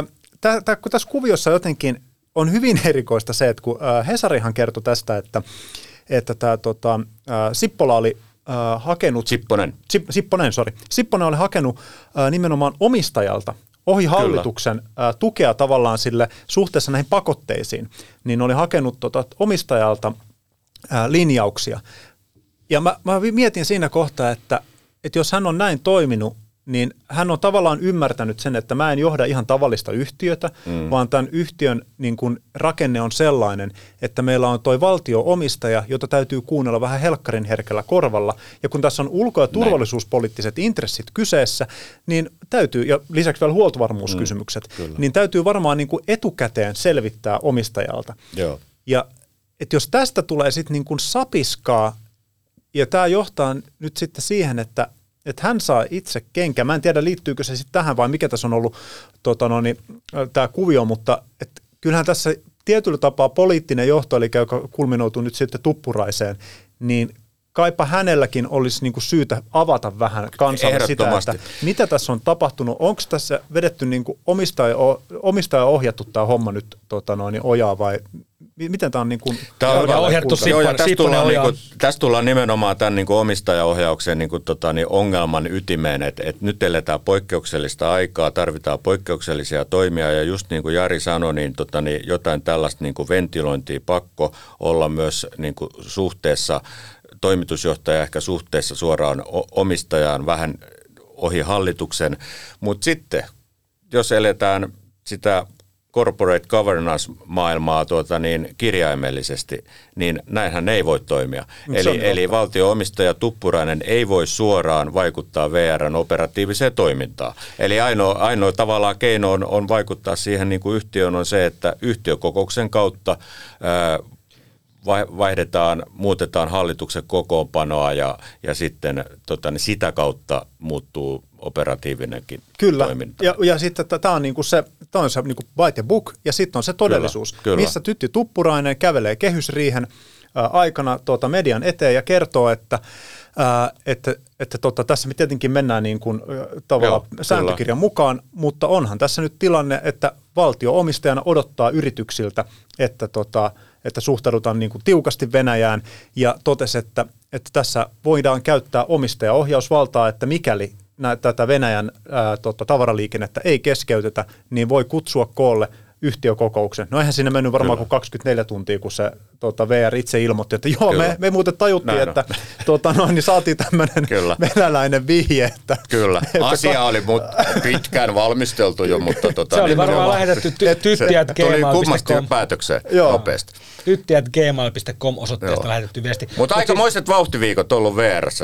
äh, kun tässä kuviossa jotenkin on hyvin erikoista se, että kun äh, Hesarihan kertoi tästä, että, että tämä tota, äh, Sippola oli äh, hakenut... Sipponen. Sip, Sipponen, sorry. Sipponen oli hakenut äh, nimenomaan omistajalta ohi hallituksen ä, tukea tavallaan sille suhteessa näihin pakotteisiin, niin oli hakenut tota, omistajalta ä, linjauksia. Ja mä, mä mietin siinä kohtaa, että, että jos hän on näin toiminut, niin hän on tavallaan ymmärtänyt sen, että mä en johda ihan tavallista yhtiötä, mm. vaan tämän yhtiön niin kun, rakenne on sellainen, että meillä on toi valtio-omistaja, jota täytyy kuunnella vähän helkkarin herkällä korvalla. Ja kun tässä on ulko- ja turvallisuuspoliittiset Näin. intressit kyseessä, niin täytyy, ja lisäksi vielä huoltovarmuuskysymykset, mm, niin täytyy varmaan niin kun etukäteen selvittää omistajalta. Joo. Ja että jos tästä tulee sitten niin kun sapiskaa, ja tämä johtaa nyt sitten siihen, että että hän saa itse kenkään. Mä en tiedä, liittyykö se sitten tähän vai mikä tässä on ollut tota no, niin, tämä kuvio, mutta et, kyllähän tässä tietyllä tapaa poliittinen johto, eli joka kulminoituu nyt sitten Tuppuraiseen, niin kaipa hänelläkin olisi niin kuin syytä avata vähän kansalle sitä, että mitä tässä on tapahtunut. Onko tässä vedetty niin kuin omistaja, omistaja ohjattu tämä homma nyt tota noin, ojaa vai miten tämä on niin kuin... Tämä on ohjattu Sipponen tästä, tullaan ojaa. Niin kuin, tästä tullaan nimenomaan tämän niin kuin omistajaohjauksen niin kuin, tota, niin ongelman ytimeen, että, että nyt eletään poikkeuksellista aikaa, tarvitaan poikkeuksellisia toimia ja just niin kuin Jari sanoi, niin, tota, niin jotain tällaista niin kuin ventilointia pakko olla myös niin kuin suhteessa, toimitusjohtaja ehkä suhteessa suoraan omistajaan vähän ohi hallituksen, mutta sitten jos eletään sitä corporate governance-maailmaa tuota, niin kirjaimellisesti, niin näinhän ei voi toimia. Eli, eli valtio-omistaja Tuppurainen ei voi suoraan vaikuttaa V R:n operatiiviseen toimintaan. Eli ainoa, ainoa tavallaan keino on, on vaikuttaa siihen niin kuin yhtiöön on se, että yhtiökokouksen kautta ää, vaihdetaan, muutetaan hallituksen kokoonpanoa ja, ja sitten tota, niin sitä kautta muuttuu operatiivinenkin Kyllä. toiminta. Ja, ja sitten tämä on, niinku se, tää on se niinku by the book ja sitten on se todellisuus, kyllä, kyllä. missä Tytti Tuppurainen kävelee kehysriihen ää, aikana tuota, median eteen ja kertoo, että, ää, että, että tota, tässä me tietenkin mennään niin kuin, tavallaan Joo, sääntökirjan kyllä. mukaan, mutta onhan tässä nyt tilanne, että valtio-omistajana odottaa yrityksiltä, että tota, että suhtaudutaan niin kuin tiukasti Venäjään ja totesi, että, että tässä voidaan käyttää omistajaohjausvaltaa, että mikäli nä, tätä Venäjän ää, tota, tavaraliikennettä ei keskeytetä, niin voi kutsua koolle yhtiökokouksen. No eihän siinä mennyt varmaan kuin kaksikymmentäneljä tuntia, kun se tota, V R itse ilmoitti, että joo, me, me muuten tajuttiin, Näin että tota, no, niin saatiin tämmöinen venäläinen vihje. Että, Kyllä, että asia oli mut pitkään valmisteltu jo, mutta... Tota, se oli varmaan lähetetty ty- tyttiät gmail piste com. Tuli kummasti päätökseen joo. nopeasti. tyttiät gmail piste com osoitteesta joo. lähetetty viesti. Mutta aikamoiset siis, vauhtiviikot ollut V R:ssä.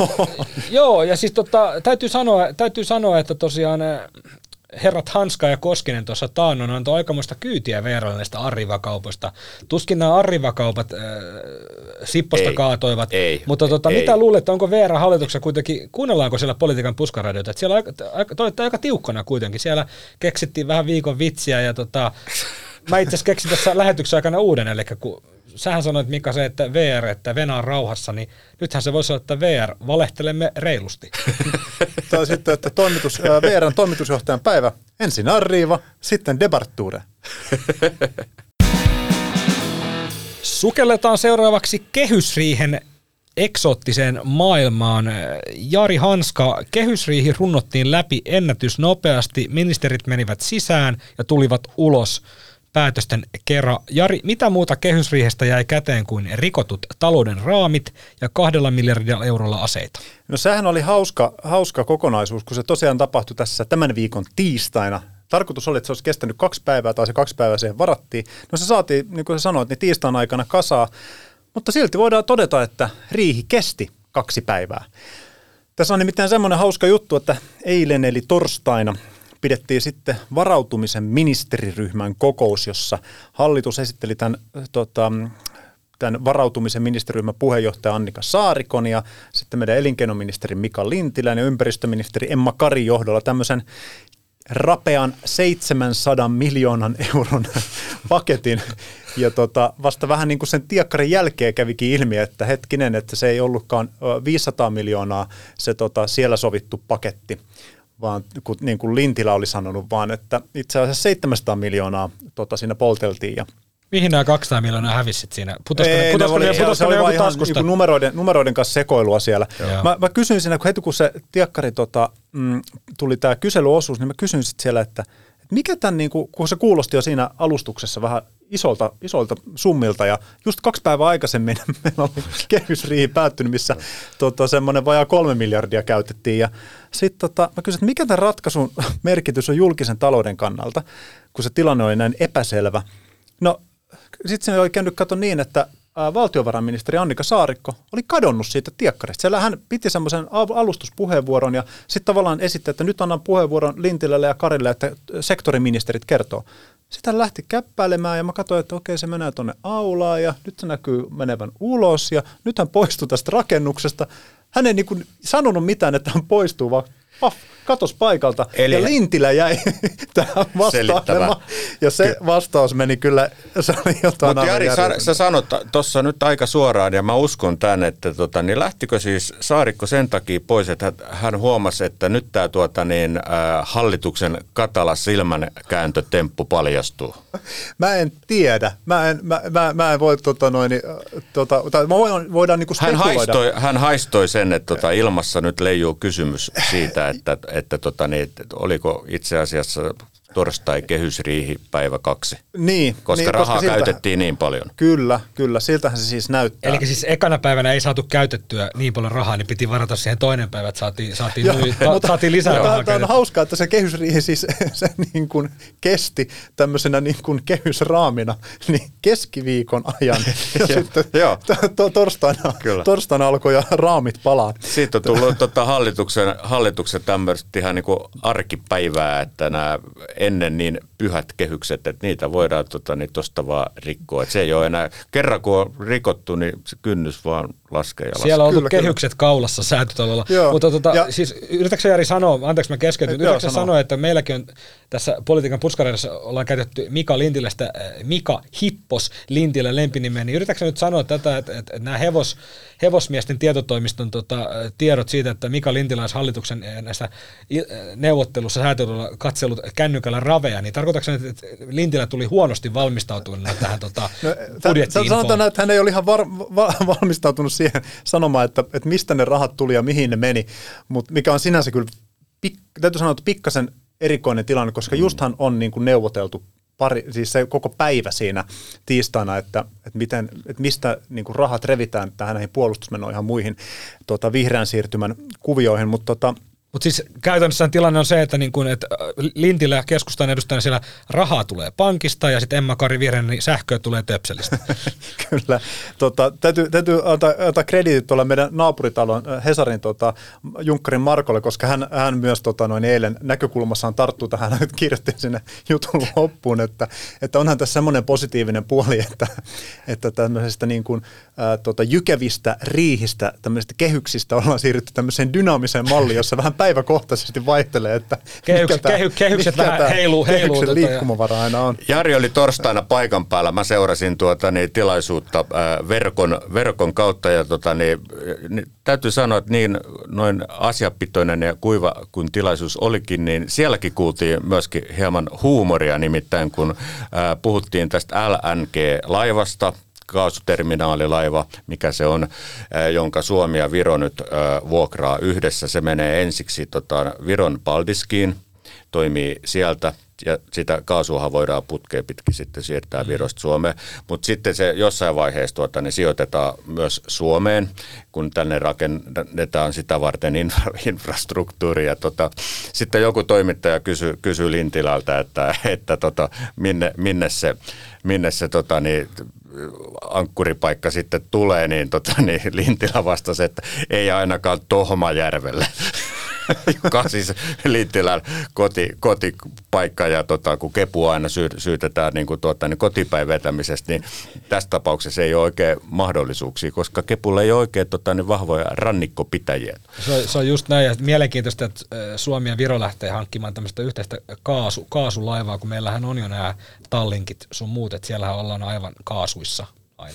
Joo, ja siis tota, täytyy, sanoa, täytyy sanoa, että tosiaan... herrat Hanska ja Koskinen tuossa taannoin antoi aikamoista kyytiä V R:lle näistä Arriva-kaupoista. Tuskin nämä Arriva-kaupat äh, Sipposta ei, kaatoivat, ei, mutta tota, ei. mitä luulette, onko V R-hallituksessa kuitenkin, kuunnellaanko siellä politiikan puskaradiota, että siellä aika, aika, te olette aika tiukkana kuitenkin, siellä keksittiin vähän viikon vitsiä ja tota, mä itse asiassa keksin tässä lähetyksen aikana uuden, eli kun sähän sanoit Mika se, että V R, että Venäjä on rauhassa, niin nythän se voisi olla, että V R, valehtelemme reilusti. Tai sitten, että toimitus, äh, V R:n toimitusjohtajan päivä, ensin Arriva, sitten Debarture. Sukelletaan seuraavaksi kehysriihen eksoottiseen maailmaan. Jari Hanska, kehysriihi runnottiin läpi ennätysnopeasti, ministerit menivät sisään ja tulivat ulos päätösten kerran. Jari, mitä muuta kehysriihestä jäi käteen kuin rikotut talouden raamit ja kahdella miljardilla eurolla aseita? No sehän oli hauska, hauska kokonaisuus, kun se tosiaan tapahtui tässä tämän viikon tiistaina. Tarkoitus oli, että se olisi kestänyt kaksi päivää tai se kaksi päivää siihen varattiin. No se saatiin, niin kuin sä sanoit, niin tiistain aikana kasaa, mutta silti voidaan todeta, että riihi kesti kaksi päivää. Tässä on nimittäin semmoinen hauska juttu, että eilen eli torstaina pidettiin sitten varautumisen ministeriryhmän kokous, jossa hallitus esitteli tämän, tota, tämän varautumisen ministeriryhmän puheenjohtaja Annika Saarikon ja sitten meidän elinkeinoministeri Mika Lintilän ja ympäristöministeri Emma Karin johdolla tämmöisen rapean seitsemänsadan miljoonan euron paketin. Ja tota, vasta vähän niin kuin sen tiekkarin jälkeen kävikin ilmi, että hetkinen, että se ei ollutkaan viisisataa miljoonaa se tota, siellä sovittu paketti, vaan niin kuin Lintilä oli sanonut, vaan että itse asiassa seitsemänsataa miljoonaa tota, siinä polteltiin. Ja mihin nämä kaksisataa miljoonaa hävisit siinä? Putosko ei, ne, putosko oli, ne, putosko se oli ne vaan joku ihan taskusta? niin numeroiden, numeroiden kanssa sekoilua siellä. Mä, mä kysyin siinä, kun heti kun se tiekkari tota, mm, tuli tämä kyselyosuus, niin mä kysyin sitten siellä, että, että mikä tämän, niin kuin, kun se kuulosti jo siinä alustuksessa vähän isolta, isolta summilta, ja just kaksi päivää aikaisemmin meillä oli kehysriihi päättynyt, missä tota, semmoinen vajaa kolme miljardia käytettiin, ja sitten tota, mä kysyin, että mikä tämän ratkaisun merkitys on julkisen talouden kannalta, kun se tilanne oli näin epäselvä. No, sitten se oli käynyt kato niin, että valtiovarainministeri Annika Saarikko oli kadonnut siitä tiekkarista. Siellä hän piti semmoisen alustuspuheenvuoron ja sitten tavallaan esitti, että nyt annan puheenvuoron Lintilälle ja Karille, että sektoriministerit kertoo. Sitten hän lähti käppäilemään ja mä katsoin, että okei, se menee tuonne aulaan ja nyt se näkyy menevän ulos ja nyt hän poistui tästä rakennuksesta. Hän ei niin kuin sanonut mitään, että hän poistuu, vaan paf, katos paikalta. Eli ja Lintilä jäi tähän vastaamaan. Ja se vastaus meni kyllä, se oli jotain. Mutta Jari, sä, sä sanot tuossa nyt aika suoraan, ja mä uskon tämän, että tota, niin lähtikö siis Saarikko sen takia pois, että hän huomasi, että nyt tämä tuota, niin, äh, hallituksen katala silmänkääntötemppu paljastuu? Mä en tiedä. Mä en, mä, mä, mä en voi, tota, noin, tota, tai voidaan, voidaan niin kuin hän, spekuloida. haistoi, hän haistoi sen, että tota, ilmassa nyt leijuu kysymys siitä, että, että tota, niin, että oliko itse asiassa torstai kehysriihi päivä kaksi, niin, koska niin, rahaa koska siltä, käytettiin niin paljon. Kyllä, kyllä, siltähän se siis näyttää. Eli siis ekana päivänä ei saatu käytettyä niin paljon rahaa, niin piti varata siihen toinen päivä, että saatiin, saatiin, Joo, mui, mutta, saatiin lisää mutta rahaa. Tämä on hauskaa, että se kehysriihi siis se niin kuin kesti tämmöisenä niin kuin kehysraamina niin keskiviikon ajan. Ja sitten to, torstaina, torstaina alkoi ja raamit palaa. Siitä on tullut tota hallituksen, hallituksen tämmöistä ihan niin kuin arkipäivää, että nämä ennen niin pyhät kehykset, että niitä voidaan tuosta niin vaan rikkoa. Että se ei ole enää, kerran kun on rikottu, niin se kynnys vaan laskee ja laskee. Siellä on ollut kyllä, kehykset kyllä. Kaulassa Säätytalolla. Joo. Mutta tota, ja, siis yritätkö Jari sanoa, anteeksi mä keskeytyn, yritätkö sanoa, että meilläkin on tässä politiikan puskareidassa ollaan käytetty Mika Lintilästä, Mika Hippos Lintilän lempinimeä, niin yritätkö nyt sanoa tätä, että, että nämä hevos, hevosmiesten tietotoimiston tota, tiedot siitä, että Mika Lintilä olisi hallituksen näissä neuvottelussa Säätytalolla katsellut kännykällä raveja, niin tarkoitatko se, että Lintilä tuli huonosti valmistautuneena tähän tota, no, budjetti-infoon? Sanotaan, että hän ei ole ihan var, va, valmistautunut siihen sanomaan, että, että mistä ne rahat tuli ja mihin ne meni, mutta mikä on sinänsä kyllä, pik, täytyy sanoa, että pikkasen erikoinen tilanne, koska justhan on niin kuin neuvoteltu pari, siis se koko päivä siinä tiistaina, että, että, miten, että mistä niin kuin rahat revitään tähän näihin puolustusmenoihin ja muihin tota, vihreän siirtymän kuvioihin, mutta tota, Mutta siis käytännössä tilanne on se, että, niin kun, että Lintilä keskustan edustajana siellä rahaa tulee pankista ja sitten Emma-Kari Virren niin sähköä tulee Töpselistä. Kyllä. Tota, täytyy täytyy antaa, antaa krediitit tuolla meidän naapuritalon Hesarin tota, Junkkarin Markolle, koska hän, hän myös tota, noin eilen näkökulmassaan tarttuu tähän, että kirjoitti sinne jutun loppuun, että, että onhan tässä semmoinen positiivinen puoli, että, että tämmöisestä niin kuin, ää, tota, jykevistä riihistä, tämmöisistä kehyksistä ollaan siirrytty tämmöiseen dynaamiseen malliin, jossa vähän päiväkohtaisesti vaihtelee, että Kehyks, mikä kehy, kehykset mikä vähän heiluu. heiluu kehyksen tota, liikkumavara aina on. Jari oli torstaina paikan päällä. Mä seurasin tuota, niin, tilaisuutta äh, verkon, verkon kautta ja tota, niin, niin, täytyy sanoa, että niin noin asiapitoinen ja kuiva kun tilaisuus olikin, niin sielläkin kuultiin myöskin hieman huumoria, nimittäin kun äh, puhuttiin tästä L N G-laivasta, kaasuterminaalilaiva, mikä se on, jonka Suomi ja Viro nyt vuokraa yhdessä. Se menee ensiksi tota, Viron Paldiskiin, toimii sieltä ja sitä kaasuahan voidaan putkeen pitkin sitten siirtää Virosta Suomeen, mutta sitten se jossain vaiheessa tuota, niin sijoitetaan myös Suomeen, kun tänne rakennetaan sitä varten infra- infrastruktuuria. Tota, sitten joku toimittaja kysyy kysy Lintilältä, että, että tota, minne, minne se, minne se tota, niin, ankkuripaikka sitten tulee, niin, tota, niin Lintilä vastasi, että ei ainakaan Tohmajärvelle, joka siis Lintilän koti, kotipaikka ja tota, kun Kepu aina syy, syytetään niin kuin, tuota, niin kotipäin vetämisestä, niin tässä tapauksessa ei ole oikein mahdollisuuksia, koska Kepulla ei ole oikein tota, niin vahvoja rannikkopitäjiä. Se on, se on just näin ja mielenkiintoista, että Suomi ja Viro lähtee hankkimaan tämmöistä yhteistä kaasu, kaasulaivaa, kun meillähän on jo nämä Tallinkit sun muut, että siellähän ollaan aivan kaasuissa aina.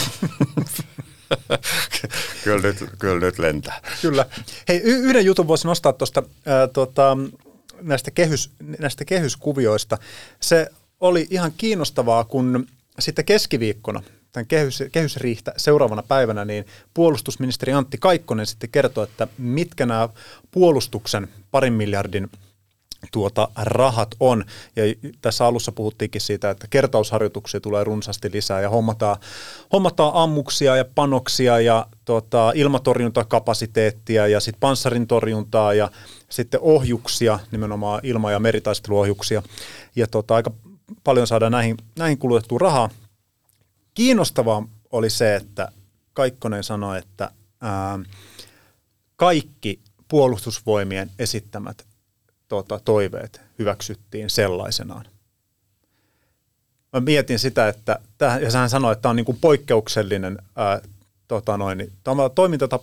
kyllä, nyt, kyllä nyt lentää. Kyllä. Hei, y- yhden jutun voisin nostaa tuosta tota, näistä, kehys, näistä kehyskuvioista. Se oli ihan kiinnostavaa, kun sitten keskiviikkona, tämän kehys, kehysriihtä seuraavana päivänä, niin puolustusministeri Antti Kaikkonen sitten kertoi, että mitkä nämä puolustuksen parin miljardin tuota rahat on. Ja tässä alussa puhuttiinkin siitä, että kertausharjoituksia tulee runsaasti lisää ja hommataan, hommataan ammuksia ja panoksia ja tuota, ilmatorjuntakapasiteettia ja sitten panssarintorjuntaa ja sitten ohjuksia, nimenomaan ilma- ja meritaisteluohjuksia. Ja tuota, aika paljon saadaan näihin, näihin kulutettua rahaa. Kiinnostavaa oli se, että Kaikkonen sanoi, että ää, kaikki puolustusvoimien esittämät Tuota, toiveet hyväksyttiin sellaisenaan. Mä mietin sitä, että tähän, ja hän sanoi, että tämä on niin kuin poikkeuksellinen ää, tota noin, tämä toimintatapa,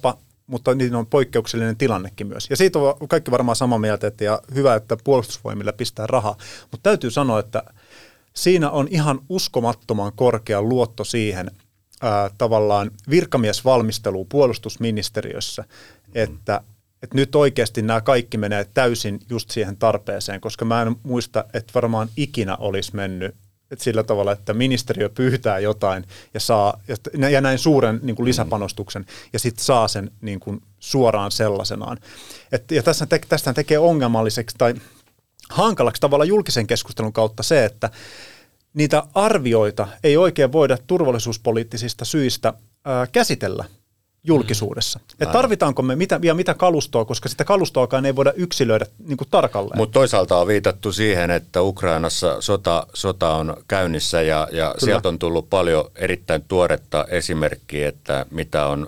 mutta niin on poikkeuksellinen tilannekin myös. Ja siitä on kaikki varmaan samaa mieltä, että ja hyvä, että puolustusvoimille pistää rahaa. Mutta täytyy sanoa, että siinä on ihan uskomattoman korkea luotto siihen ää, tavallaan virkamiesvalmisteluun puolustusministeriössä, että, että nyt oikeasti nämä kaikki menee täysin just siihen tarpeeseen, koska mä en muista, että varmaan ikinä olisi mennyt että sillä tavalla, että ministeriö pyytää jotain ja saa ja näin suuren niin kuin lisäpanostuksen ja sitten saa sen niin kuin suoraan sellaisenaan. Et, ja tässä te, tästä tekee ongelmalliseksi tai hankalaksi tavalla julkisen keskustelun kautta se, että niitä arvioita ei oikein voida turvallisuuspoliittisista syistä ää, käsitellä julkisuudessa. Mm. Että tarvitaanko me mitä, ja mitä kalustoa, koska sitä kalustoakaan ei voida yksilöidä niin kuin tarkalleen. Mutta toisaalta on viitattu siihen, että Ukrainassa sota, sota on käynnissä ja, ja sieltä on tullut paljon erittäin tuoretta esimerkkiä, että mitä on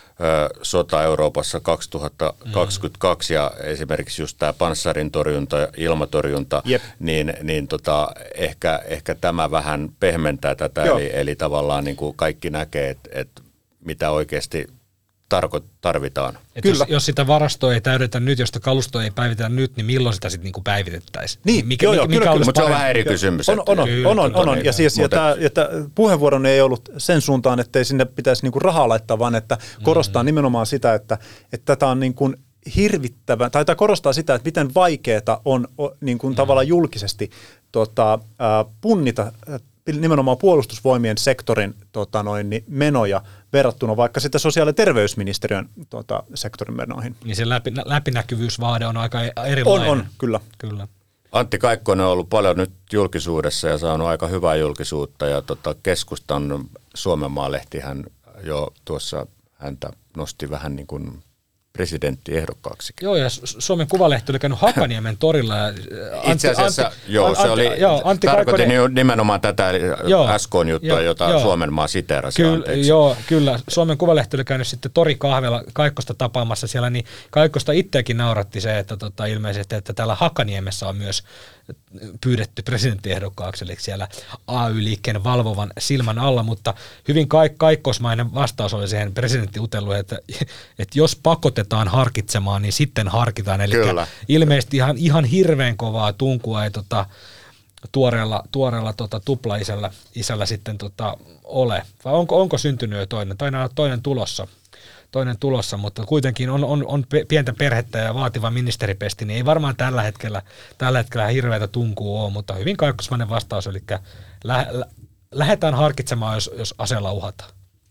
ö, sota Euroopassa kaksituhattakaksikymmentäkaksi mm. ja esimerkiksi just tämä panssarin torjunta ja ilmatorjunta, Jep. niin, niin tota, ehkä, ehkä tämä vähän pehmentää tätä, eli, eli tavallaan niin kuin kaikki näkee, että et mitä oikeasti tarko- tarvitaan. Jos, jos sitä varastoa ei täydetä nyt, jos sitä kalustoa ei päivitetä nyt, niin milloin sitä sitten niinku päivitettäisiin? Niin, mikä, joo, joo, mikä kyllä, kyllä, mutta se on vähän eri kysymys. On, on, on, kyllä, on, on, on, on. Ja, siis, ja, tämä, ja tämä puheenvuoroni ei ollut sen suuntaan, että ei sinne pitäisi niinku rahaa laittaa, vaan että korostaa mm. nimenomaan sitä, että, että tätä on niin kuin hirvittävän, tai tämä korostaa sitä, että miten vaikeaa on niin kuin mm. tavallaan julkisesti tota, äh, punnita nimenomaan puolustusvoimien sektorin tota noin, niin menoja verrattuna vaikka sitten sosiaali- ja terveysministeriön tota, sektorin menoihin. Niin se läpi, läpinäkyvyysvaade on aika erilainen. On, on, kyllä. kyllä. Antti Kaikkonen on ollut paljon nyt julkisuudessa ja saanut aika hyvää julkisuutta ja tota, Keskustan Suomenmaa-lehtihän jo tuossa häntä nosti vähän niin kuin presidenttiehdokkaaksikin. Joo, ja Suomen Kuvalehti oli käynyt Hakaniemen torilla. Ja Antti, Itse asiassa, Antti, joo, Antti, se oli, joo, Antti tarkoitin Kaikkonen, nimenomaan tätä S K-juttua, jota joo, Suomenmaa siteerasi. Kyllä, joo, kyllä. Suomen Kuvalehti oli käynyt sitten torikahvella Kaikkosta tapaamassa siellä, niin Kaikkosta itseäkin nauratti se, että tota, ilmeisesti, että täällä Hakaniemessä on myös pyydetty presidenttiehdokkaaksi, eli siellä A Y-liikkeen valvovan silmän alla, mutta hyvin kaik- kaikkosmainen vastaus oli siihen presidenttiuteluun, että, että jos pakotetaan harkitsemaan, niin sitten harkitaan, eli Kyllä. ilmeisesti ihan, ihan hirveän kovaa tunkua ei tota, tuoreella, tuoreella tota, tuplaisällä isällä sitten tota, ole, vai onko, onko syntynyt jo toinen, tai on toinen tulossa, toinen tulossa, mutta kuitenkin on, on, on pientä perhettä ja vaativa ministeripesti, niin ei varmaan tällä hetkellä, tällä hetkellä hirveätä tunkua ole, mutta hyvin kaikkosmainen vastaus, eli lä, lä, lähdetään harkitsemaan, jos, jos aseella uhataan.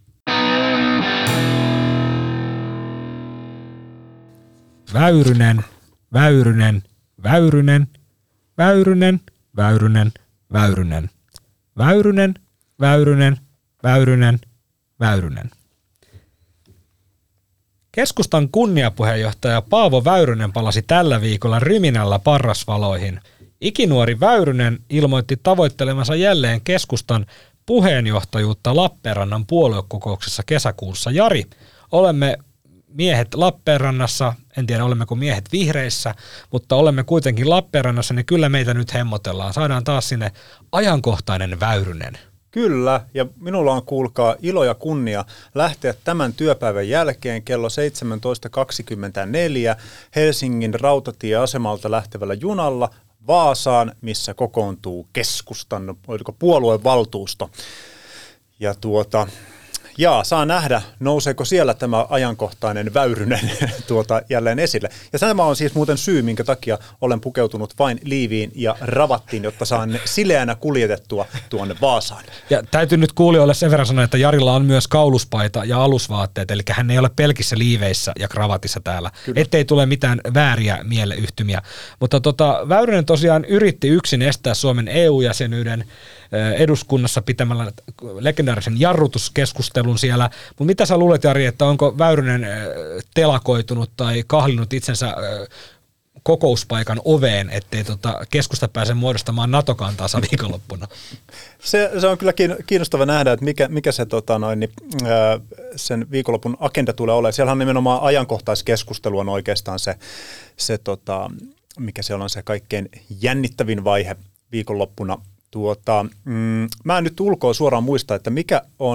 Väyrynen, Väyrynen, Väyrynen, Väyrynen, Väyrynen, Väyrynen, Väyrynen, Väyrynen, Väyrynen, Väyrynen. Keskustan kunniapuheenjohtaja Paavo Väyrynen palasi tällä viikolla ryminällä parrasvaloihin. Ikinuori Väyrynen ilmoitti tavoittelemansa jälleen keskustan puheenjohtajuutta Lappeenrannan puoluekokouksessa kesäkuussa. Jari, olemme miehet Lappeenrannassa, en tiedä olemmeko miehet vihreissä, mutta olemme kuitenkin Lappeenrannassa, niin kyllä meitä nyt hemmotellaan. Saadaan taas sinne ajankohtainen Väyrynen. Kyllä, ja minulla on kuulkaa ilo ja kunnia lähteä tämän työpäivän jälkeen kello seitsemäntoista kaksikymmentäneljä Helsingin rautatieasemalta lähtevällä junalla Vaasaan, missä kokoontuu keskustan, oliko puoluevaltuusto. Ja tuota... Jaa, saa nähdä, nouseeko siellä tämä ajankohtainen Väyrynen tuota jälleen esille. Ja tämä on siis muuten syy, minkä takia olen pukeutunut vain liiviin ja ravattiin, jotta saan ne sileänä kuljetettua tuonne Vaasaan. Ja täytyy nyt kuulijoille sen verran sanoa, että Jarilla on myös kauluspaita ja alusvaatteet, eli hän ei ole pelkissä liiveissä ja kravatissa täällä, Kyllä. ettei tule mitään vääriä mieleyhtymiä. Mutta tota, Väyrynen tosiaan yritti yksin estää Suomen E U-jäsenyyden eduskunnassa pitämällä legendaarisen jarrutuskeskustelun siellä. Mutta mitä sä luulet, Jari, että onko Väyrynen telakoitunut tai kahlinut itsensä kokouspaikan oveen, ettei tota keskusta pääse muodostamaan NATO-kantaansa viikonloppuna? Se, se on kyllä kiinnostava nähdä, että mikä, mikä se tota noin, niin, ää, sen viikonlopun agenda tulee olemaan. Siellähän nimenomaan ajankohtaiskeskustelu on oikeastaan se, se tota, mikä siellä on se kaikkein jännittävin vaihe viikonloppuna. Tuota, mm, mä en nyt ulkoa suoraan muista, että mikä on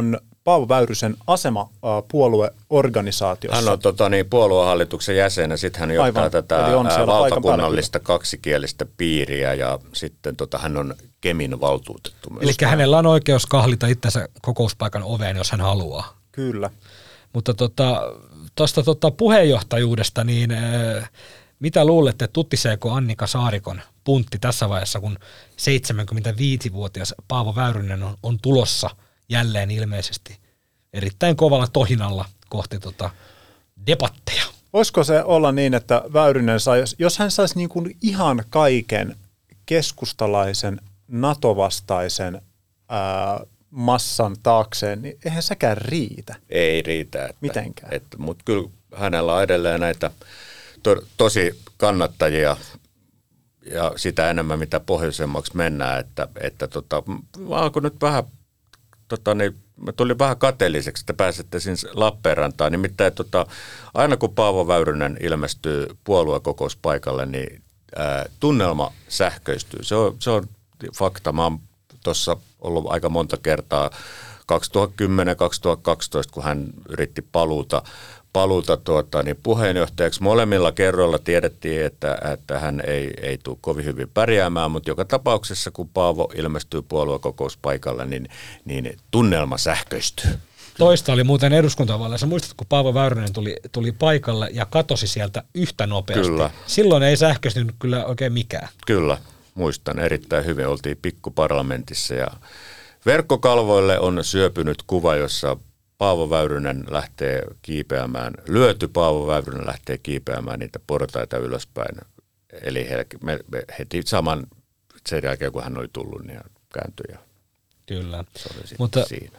Paavo Väyrysen asema äh, puolueorganisaatiossa? Hän on tota, niin, puoluehallituksen jäsen ja sitten hän johtaa Aivan. tätä Eli on ää, siellä paikan valtakunnallista kaksikielistä piiriä ja sitten tota, hän on Kemin valtuutettu myös. Eli hänellä on oikeus kahlita itsensä kokouspaikan oveen, jos hän haluaa. Kyllä. Mutta tuosta tota, tota puheenjohtajuudesta, niin äh, mitä luulette, tuttiseeko Annika Saarikon puntti tässä vaiheessa, kun seitsemänkymmentäviisivuotias Paavo Väyrynen on, on tulossa jälleen ilmeisesti erittäin kovalla tohinalla kohti tota debatteja? Voisiko se olla niin, että Väyrynen saisi, jos hän saisi niin kuin ihan kaiken keskustalaisen, NATO-vastaisen ää, massan taakseen, niin eihän sekään riitä. Ei riitä. Että, Mitenkään. Että, mutta kyllä hänellä on edelleen näitä to, tosi kannattajia ja sitä enemmän mitä pohjoisemmaksi mennään, että, että tota, alkoi nyt vähän, tota, niin, mä tulin vähän kateelliseksi, että pääsette sinne Lappeenrantaan, nimittäin tota, aina kun Paavo Väyrynen ilmestyy puoluekokouspaikalle, niin ää, tunnelma sähköistyy. Se on, se on fakta. Mä oon tuossa ollut aika monta kertaa kaksituhattakymmenen kaksituhattakaksitoista, kun hän yritti paluuta, paluuta tuota, niin puheenjohtajaksi. Molemmilla kerroilla tiedettiin, että, että hän ei, ei tule kovin hyvin pärjäämään, mutta joka tapauksessa, kun Paavo ilmestyy puoluekokouspaikalle, niin, niin tunnelma sähköistyy. Toista oli muuten eduskuntavaaleissa. Muistatko, kun Paavo Väyrynen tuli, tuli paikalle ja katosi sieltä yhtä nopeasti? Kyllä. Silloin ei sähköistynyt kyllä oikein mikään. Kyllä, muistan erittäin hyvin. Oltiin pikkuparlamentissa ja verkkokalvoille on syöpynyt kuva, jossa Paavo Väyrynen lähtee kiipeämään, lyöty Paavo Väyrynen lähtee kiipeämään niitä portaita ylöspäin. Eli he, me, me heti saman sen jälkeen, kun hän oli tullut, niin hän kääntyi ja Kyllä. se oli sitten Mutta siinä.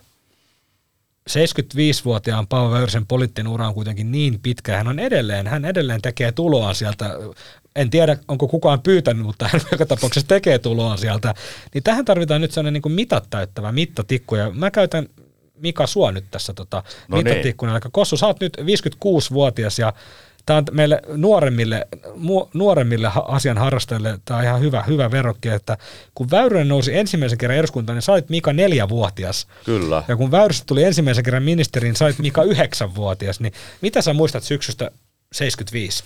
seitsemänkymmentäviisivuotiaan Paavo Väyrysen poliittinen ura on kuitenkin niin pitkä. Hän on edelleen, hän edelleen tekee tuloa sieltä. En tiedä, onko kukaan pyytänyt, mutta hän joka tapauksessa tekee tuloa sieltä. Niin tähän tarvitaan nyt sellainen niin kuin mitat täyttävä mittatikku. Ja mä käytän Mika sua nyt tässä tota no mittatikkuna. Eli Kossu, sä oot nyt viisikymmentäkuusivuotias ja tämä on meille nuoremmille, nuoremmille asian harrastajille, tämä on ihan hyvä, hyvä verrokki, että kun Väyrynen nousi ensimmäisen kerran eduskuntaan, niin sä olit Mika neljävuotias. Kyllä. Ja kun Väyrystä tuli ensimmäisen kerran ministeriin, niin sä olit Mika yhdeksänvuotias. Niin mitä sä muistat syksystä seitsemänkymmentäviisi?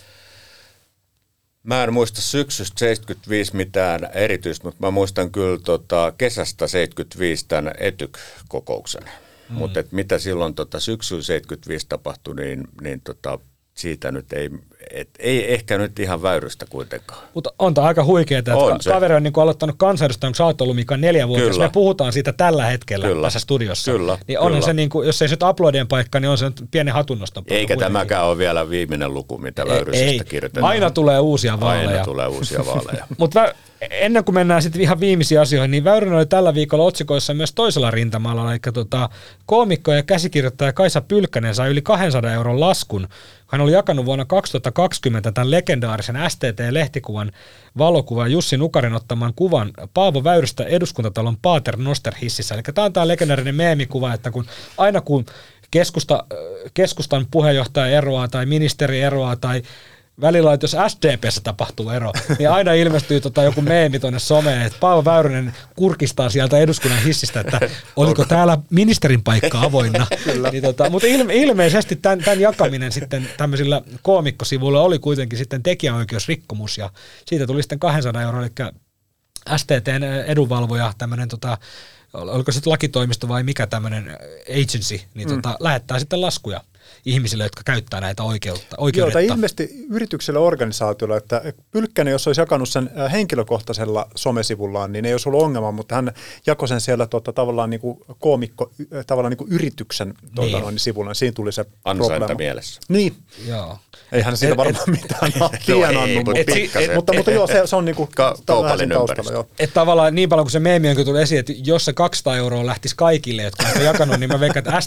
Mä en muista syksystä seitsemänkymmentäviisi mitään erityistä, mutta mä muistan kyllä tota kesästä seitsemänkymmentäviisi tämän E T Y-kokouksen. Mm. Mutta mitä silloin tota syksyllä seitsemänkymmentäviisi tapahtui, niin, niin tota, siitä nyt ei, et, ei ehkä nyt ihan Väyrystä kuitenkaan. Mutta on tämä aika huikeaa, että on ka- kaveri on niin aloittanut kansanedustajan, kun sä oot ollut Mika neljävuotias. Me puhutaan siitä tällä hetkellä kyllä. tässä studiossa. Kyllä. Niin onhan kyllä. se, niin kuin, jos ei se nyt aplodien paikka, niin on se nyt pieni hatunnoston paikka. Eikä kuitenkin. tämäkään ole vielä viimeinen luku, mitä Väyrysestä ei. kirjoitetaan. Aina tulee uusia vaaleja. Aina tulee uusia vaaleja. Mutta ennen kuin mennään sitten ihan viimeisiin asioihin, niin Väyrynen oli tällä viikolla otsikoissa myös toisella rintamalla, eli tota, koomikko ja käsikirjoittaja Kaisa Pylkkänen sai yli kahdensadan euron laskun. Hän oli jakanut vuonna kaksituhattakaksikymmentä tämän legendaarisen S T T-lehtikuvan valokuvan Jussi Nukarin ottaman kuvan Paavo Väyrystä eduskuntatalon Pater Noster-hississä. Eli tämä on tämä legendaarinen meemikuva, että kun aina kun keskusta, keskustan puheenjohtaja eroaa tai ministeri eroaa tai välillä, että jos S D P:ssä tapahtuu ero, niin aina ilmestyy tota joku meemi tuonne someen, että Paavo Väyrynen kurkistaa sieltä eduskunnan hissistä, että oliko täällä ministerin paikka avoinna. Niin tota, mutta ilme- ilmeisesti tämän, tämän jakaminen sitten tämmöisillä koomikkosivuilla oli kuitenkin sitten tekijänoikeusrikkomus, ja siitä tuli sitten kahdensadan euroa, eli S T T:n edunvalvoja, tämmöinen tota, oliko sitten lakitoimisto vai mikä tämmöinen agency, niin tota, mm. lähettää sitten laskuja ihmisille, jotka käyttää näitä oikeutta, oikeudetta. Joo, tai ilmeisesti yritykselle organisaatiolla, että Pylkkänen, jos olisi jakanut sen henkilökohtaisella somesivullaan, niin ei olisi ollut ongelma, mutta hän jakoi sen siellä tota, tavallaan niin kuin koomikko, tavallaan niin kuin yrityksen tuota, niin. noin, sivulla, niin siinä tuli se Ansainta probleema. mielessä. Niin. Joo. Eihän siitä varmaan mitään tienannut, mutta, mutta, mutta joo, se, se on niin kuin Ka- kaupallinen taustalla. Joo. Että tavallaan niin paljon kuin se meemi on tuli esiin, että jos se kaksisataa euroa lähtisi kaikille, jotka on jakanut, niin mä veikkaan, että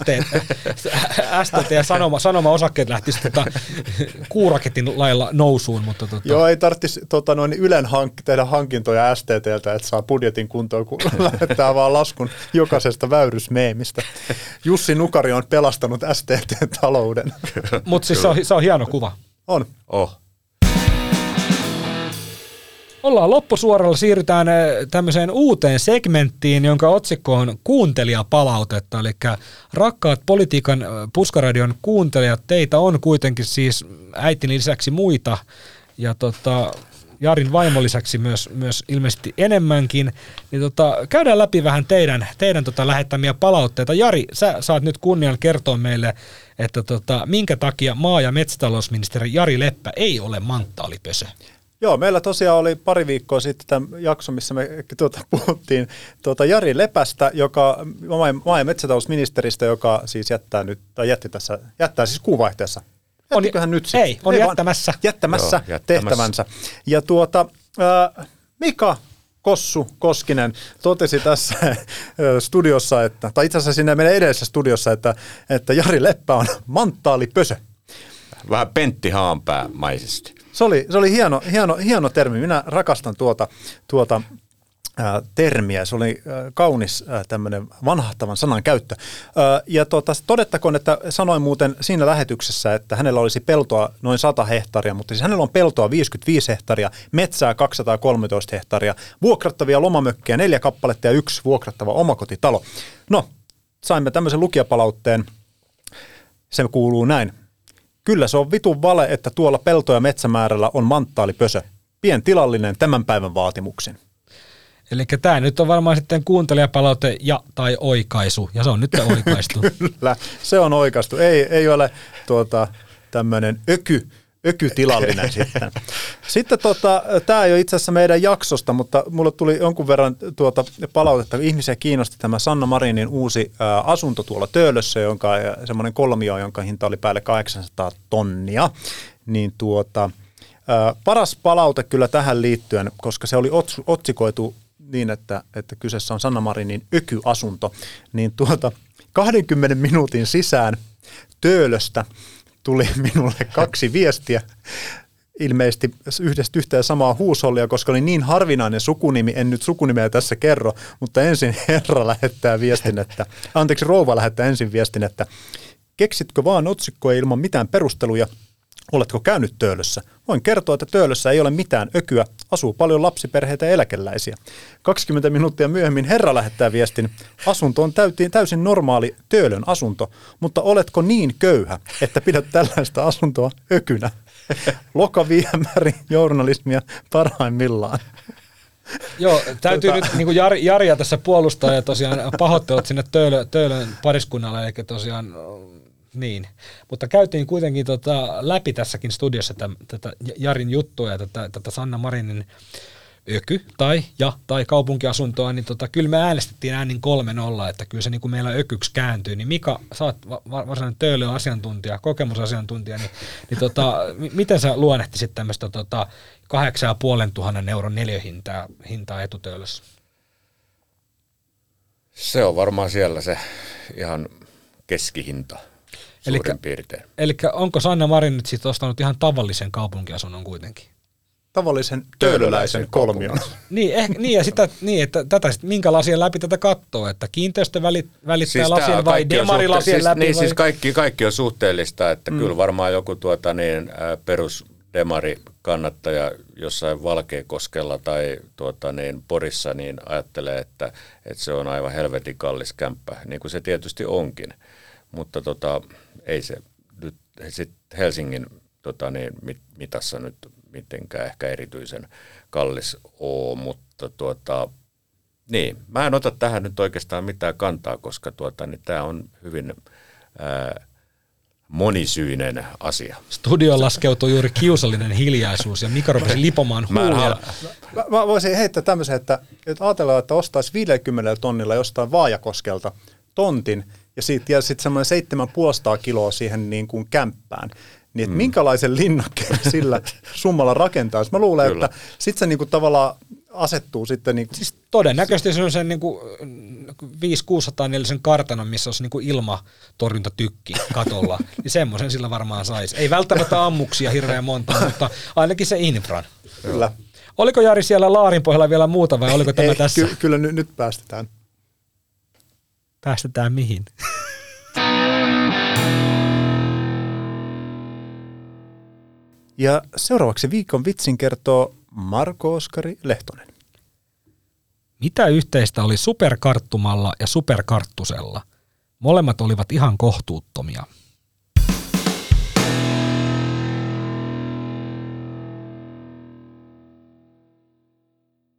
S T T ja sanoma, sanoma-osakkeet lähtisi tota, kuuraketin lailla nousuun. Mutta tota. Joo, ei tarvitsisi tota, noin Ylen hank- tehdä hankintoja S T T:ltä, että saa budjetin kuntoon, kun lähettää vaan laskun jokaisesta väyrysmeemistä. Jussi Nukari on pelastanut S T T-talouden. Mutta siis se on, se on hieno kuva. On. Oh. Ollaan loppusuoralla, siirrytään tämmöiseen uuteen segmenttiin, jonka otsikko on kuuntelijapalautetta. Eli rakkaat Politiikan Puskaradion kuuntelijat, teitä on kuitenkin siis äitini lisäksi muita ja tota, Jarin vaimon lisäksi myös, myös ilmeisesti enemmänkin. Niin tota, käydään läpi vähän teidän, teidän tota lähettämiä palautteita. Jari, sä saat nyt kunnian kertoa meille, että tota, minkä takia maa- ja metsätalousministeri Jari Leppä ei ole manttaalipösö. Joo, meillä tosiaan oli pari viikkoa sitten tämä jakso, missä me tuota, puhuttiin tuota Jari Lepästä, joka maa- ja metsätalousministeristä, joka siis jättää nyt, tai jätti tässä, jättää siis kuunvaihteessa. Jättiköhän nyt sitten? Ei, on ei jättämässä. Jättämässä, Joo, jättämässä tehtävänsä. Ja tuota, äh, Mika Kossu Koskinen totesi tässä studiossa, että, tai itse asiassa siinä meidän edellisessä studiossa, että, että Jari Leppä on manttaalipösö. Vähän Pentti Haanpää-maisesti. Se oli, se oli hieno, hieno, hieno termi. Minä rakastan tuota, tuota ää, termiä. Se oli ää, kaunis ää, tämmöinen vanhahtavan sanan käyttö. Ää, ja tuota, todettakoon, että sanoin muuten siinä lähetyksessä, että hänellä olisi peltoa noin sata hehtaaria, mutta siis hänellä on peltoa viisikymmentäviisi hehtaaria, metsää kaksisataakolmetoista hehtaaria, vuokrattavia lomamökkejä neljä kappaletta ja yksi vuokrattava omakotitalo. No, saimme tämmöisen lukijapalautteen. Se kuuluu näin. Kyllä se on vitun vale, että tuolla pelto- ja metsämäärällä on manttaalipösö. Pientilallinen tämän päivän vaatimuksin. Eli tämä nyt on varmaan sitten kuuntelijapalaute ja tai oikaisu, ja se on nyt oikaistu. Kyllä, se on oikaistu. Ei, ei ole tuota, tämmöinen öky, ökytilallinen sitten. Sitten tota, tämä ei ole itse asiassa meidän jaksosta, mutta mulle tuli jonkun verran tuota palautetta, kun ihmisiä kiinnosti tämä Sanna Marinin uusi ä, asunto tuolla Töölössä, jonka, semmoinen kolmio, jonka hinta oli päälle kahdeksansataa tonnia. Niin tuota, ä, paras palaute kyllä tähän liittyen, koska se oli ots, otsikoitu niin, että, että kyseessä on Sanna Marinin ökyasunto, niin tuota kahdenkymmenen minuutin sisään Töölöstä tuli minulle kaksi viestiä, ilmeisesti yhdestä yhtä ja samaa huushollia, koska oli niin harvinainen sukunimi, en nyt sukunimeä tässä kerro, mutta ensin herra lähettää viestin, että, anteeksi rouva lähettää ensin viestin, että keksitkö vaan otsikkoja ilman mitään perusteluja, oletko käynyt Töölössä? Voin kertoa, että Töölössä ei ole mitään ökyä, asuu paljon lapsiperheitä ja eläkeläisiä. kaksikymmentä minuuttia myöhemmin herra lähettää viestin, asunto on täytin, täysin normaali Töölön asunto, mutta oletko niin köyhä, että pidät tällaista asuntoa ökynä? Lokaviemäri journalismia parhaimmillaan. Joo, täytyy tota... nyt niin kuin Jari, Jaria tässä puolustaa ja tosiaan pahoittelut sinne Töölö, Töölön pariskunnalle, eli tosiaan niin, mutta käytiin kuitenkin tota läpi tässäkin studiossa tätä, tätä Jarin juttua ja tätä, tätä Sanna Marinin öky tai, ja, tai kaupunkiasuntoa, niin tota, kyllä me äänestettiin äänin kolme nolla, että kyllä se niin kuin meillä ökyksi kääntyy. Niin Mika, sä oot varsinainen Töölön asiantuntija, kokemusasiantuntija, niin, niin tota, m- miten sä luonnehtisit tämmöistä tota, kahdeksan ja puolen tuhannen euron neliöhintaa hintaa etutöölössä? Se on varmaan siellä se ihan keskihinta. Suurin piirtein. Eli onko Sanna Marin nyt sitten ostanut ihan tavallisen kaupunkiasunnon kuitenkin? Tavallisen töölöläisen kolmion. niin, ehkä, niin, ja sitä, niin, että tätä, minkälaisia läpi tätä katsoo, että kiinteistö välittää siis lasien vai demarilasien siis, läpi? Niin, vai? siis kaikki, kaikki on suhteellista, että mm. kyllä varmaan joku tuota, niin, perusdemari kannattaja jossain Valkeakoskella tai tuota, niin, Porissa niin ajattelee, että, että se on aivan helvetin kallis kämppä, niin kuin se tietysti onkin. Mutta tota, ei se nyt sit Helsingin tota, niin, mit, mitassa nyt mitenkään ehkä erityisen kallis ole, mutta tuota, niin, mä en ota tähän nyt oikeastaan mitään kantaa, koska tuota, niin tämä on hyvin ää, monisyinen asia. Studioon laskeutuu juuri kiusallinen hiljaisuus ja Mika rupesi lipomaan huulia. Mä, mä voisin heittää tämmöisen, että, että ajatellaan, että ostaisi viisikymmentä tonnilla jostain Vaajakoskelta tontin, ja siitä jää sitten semmoinen seitsemänsataa kiloa siihen niin kuin kämppään. Niin että mm. minkälaisen linnakkeen sillä summalla rakentaisi? Mä luulen, Kyllä. että sitten se niin kuin tavallaan asettuu sitten... Niin kuin siis todennäköisesti se on sen niin kuin viisi kuusisataa neliöisen kartanon, missä olisi niin kuin ilmatorjuntatykki katolla. Niin semmoisen sillä varmaan saisi. Ei välttämättä ammuksia hirveän monta, mutta ainakin se infran. Kyllä. Oliko Jari siellä laarin pohjalla vielä muuta vai oliko tämä Ei, tässä? Ky- kyllä nyt, nyt päästetään. Päästetään mihin? Ja seuraavaksi viikon vitsin kertoo Marko-Oskari Lehtonen. Mitä yhteistä oli superkarttumalla ja superkarttusella? Molemmat olivat ihan kohtuuttomia.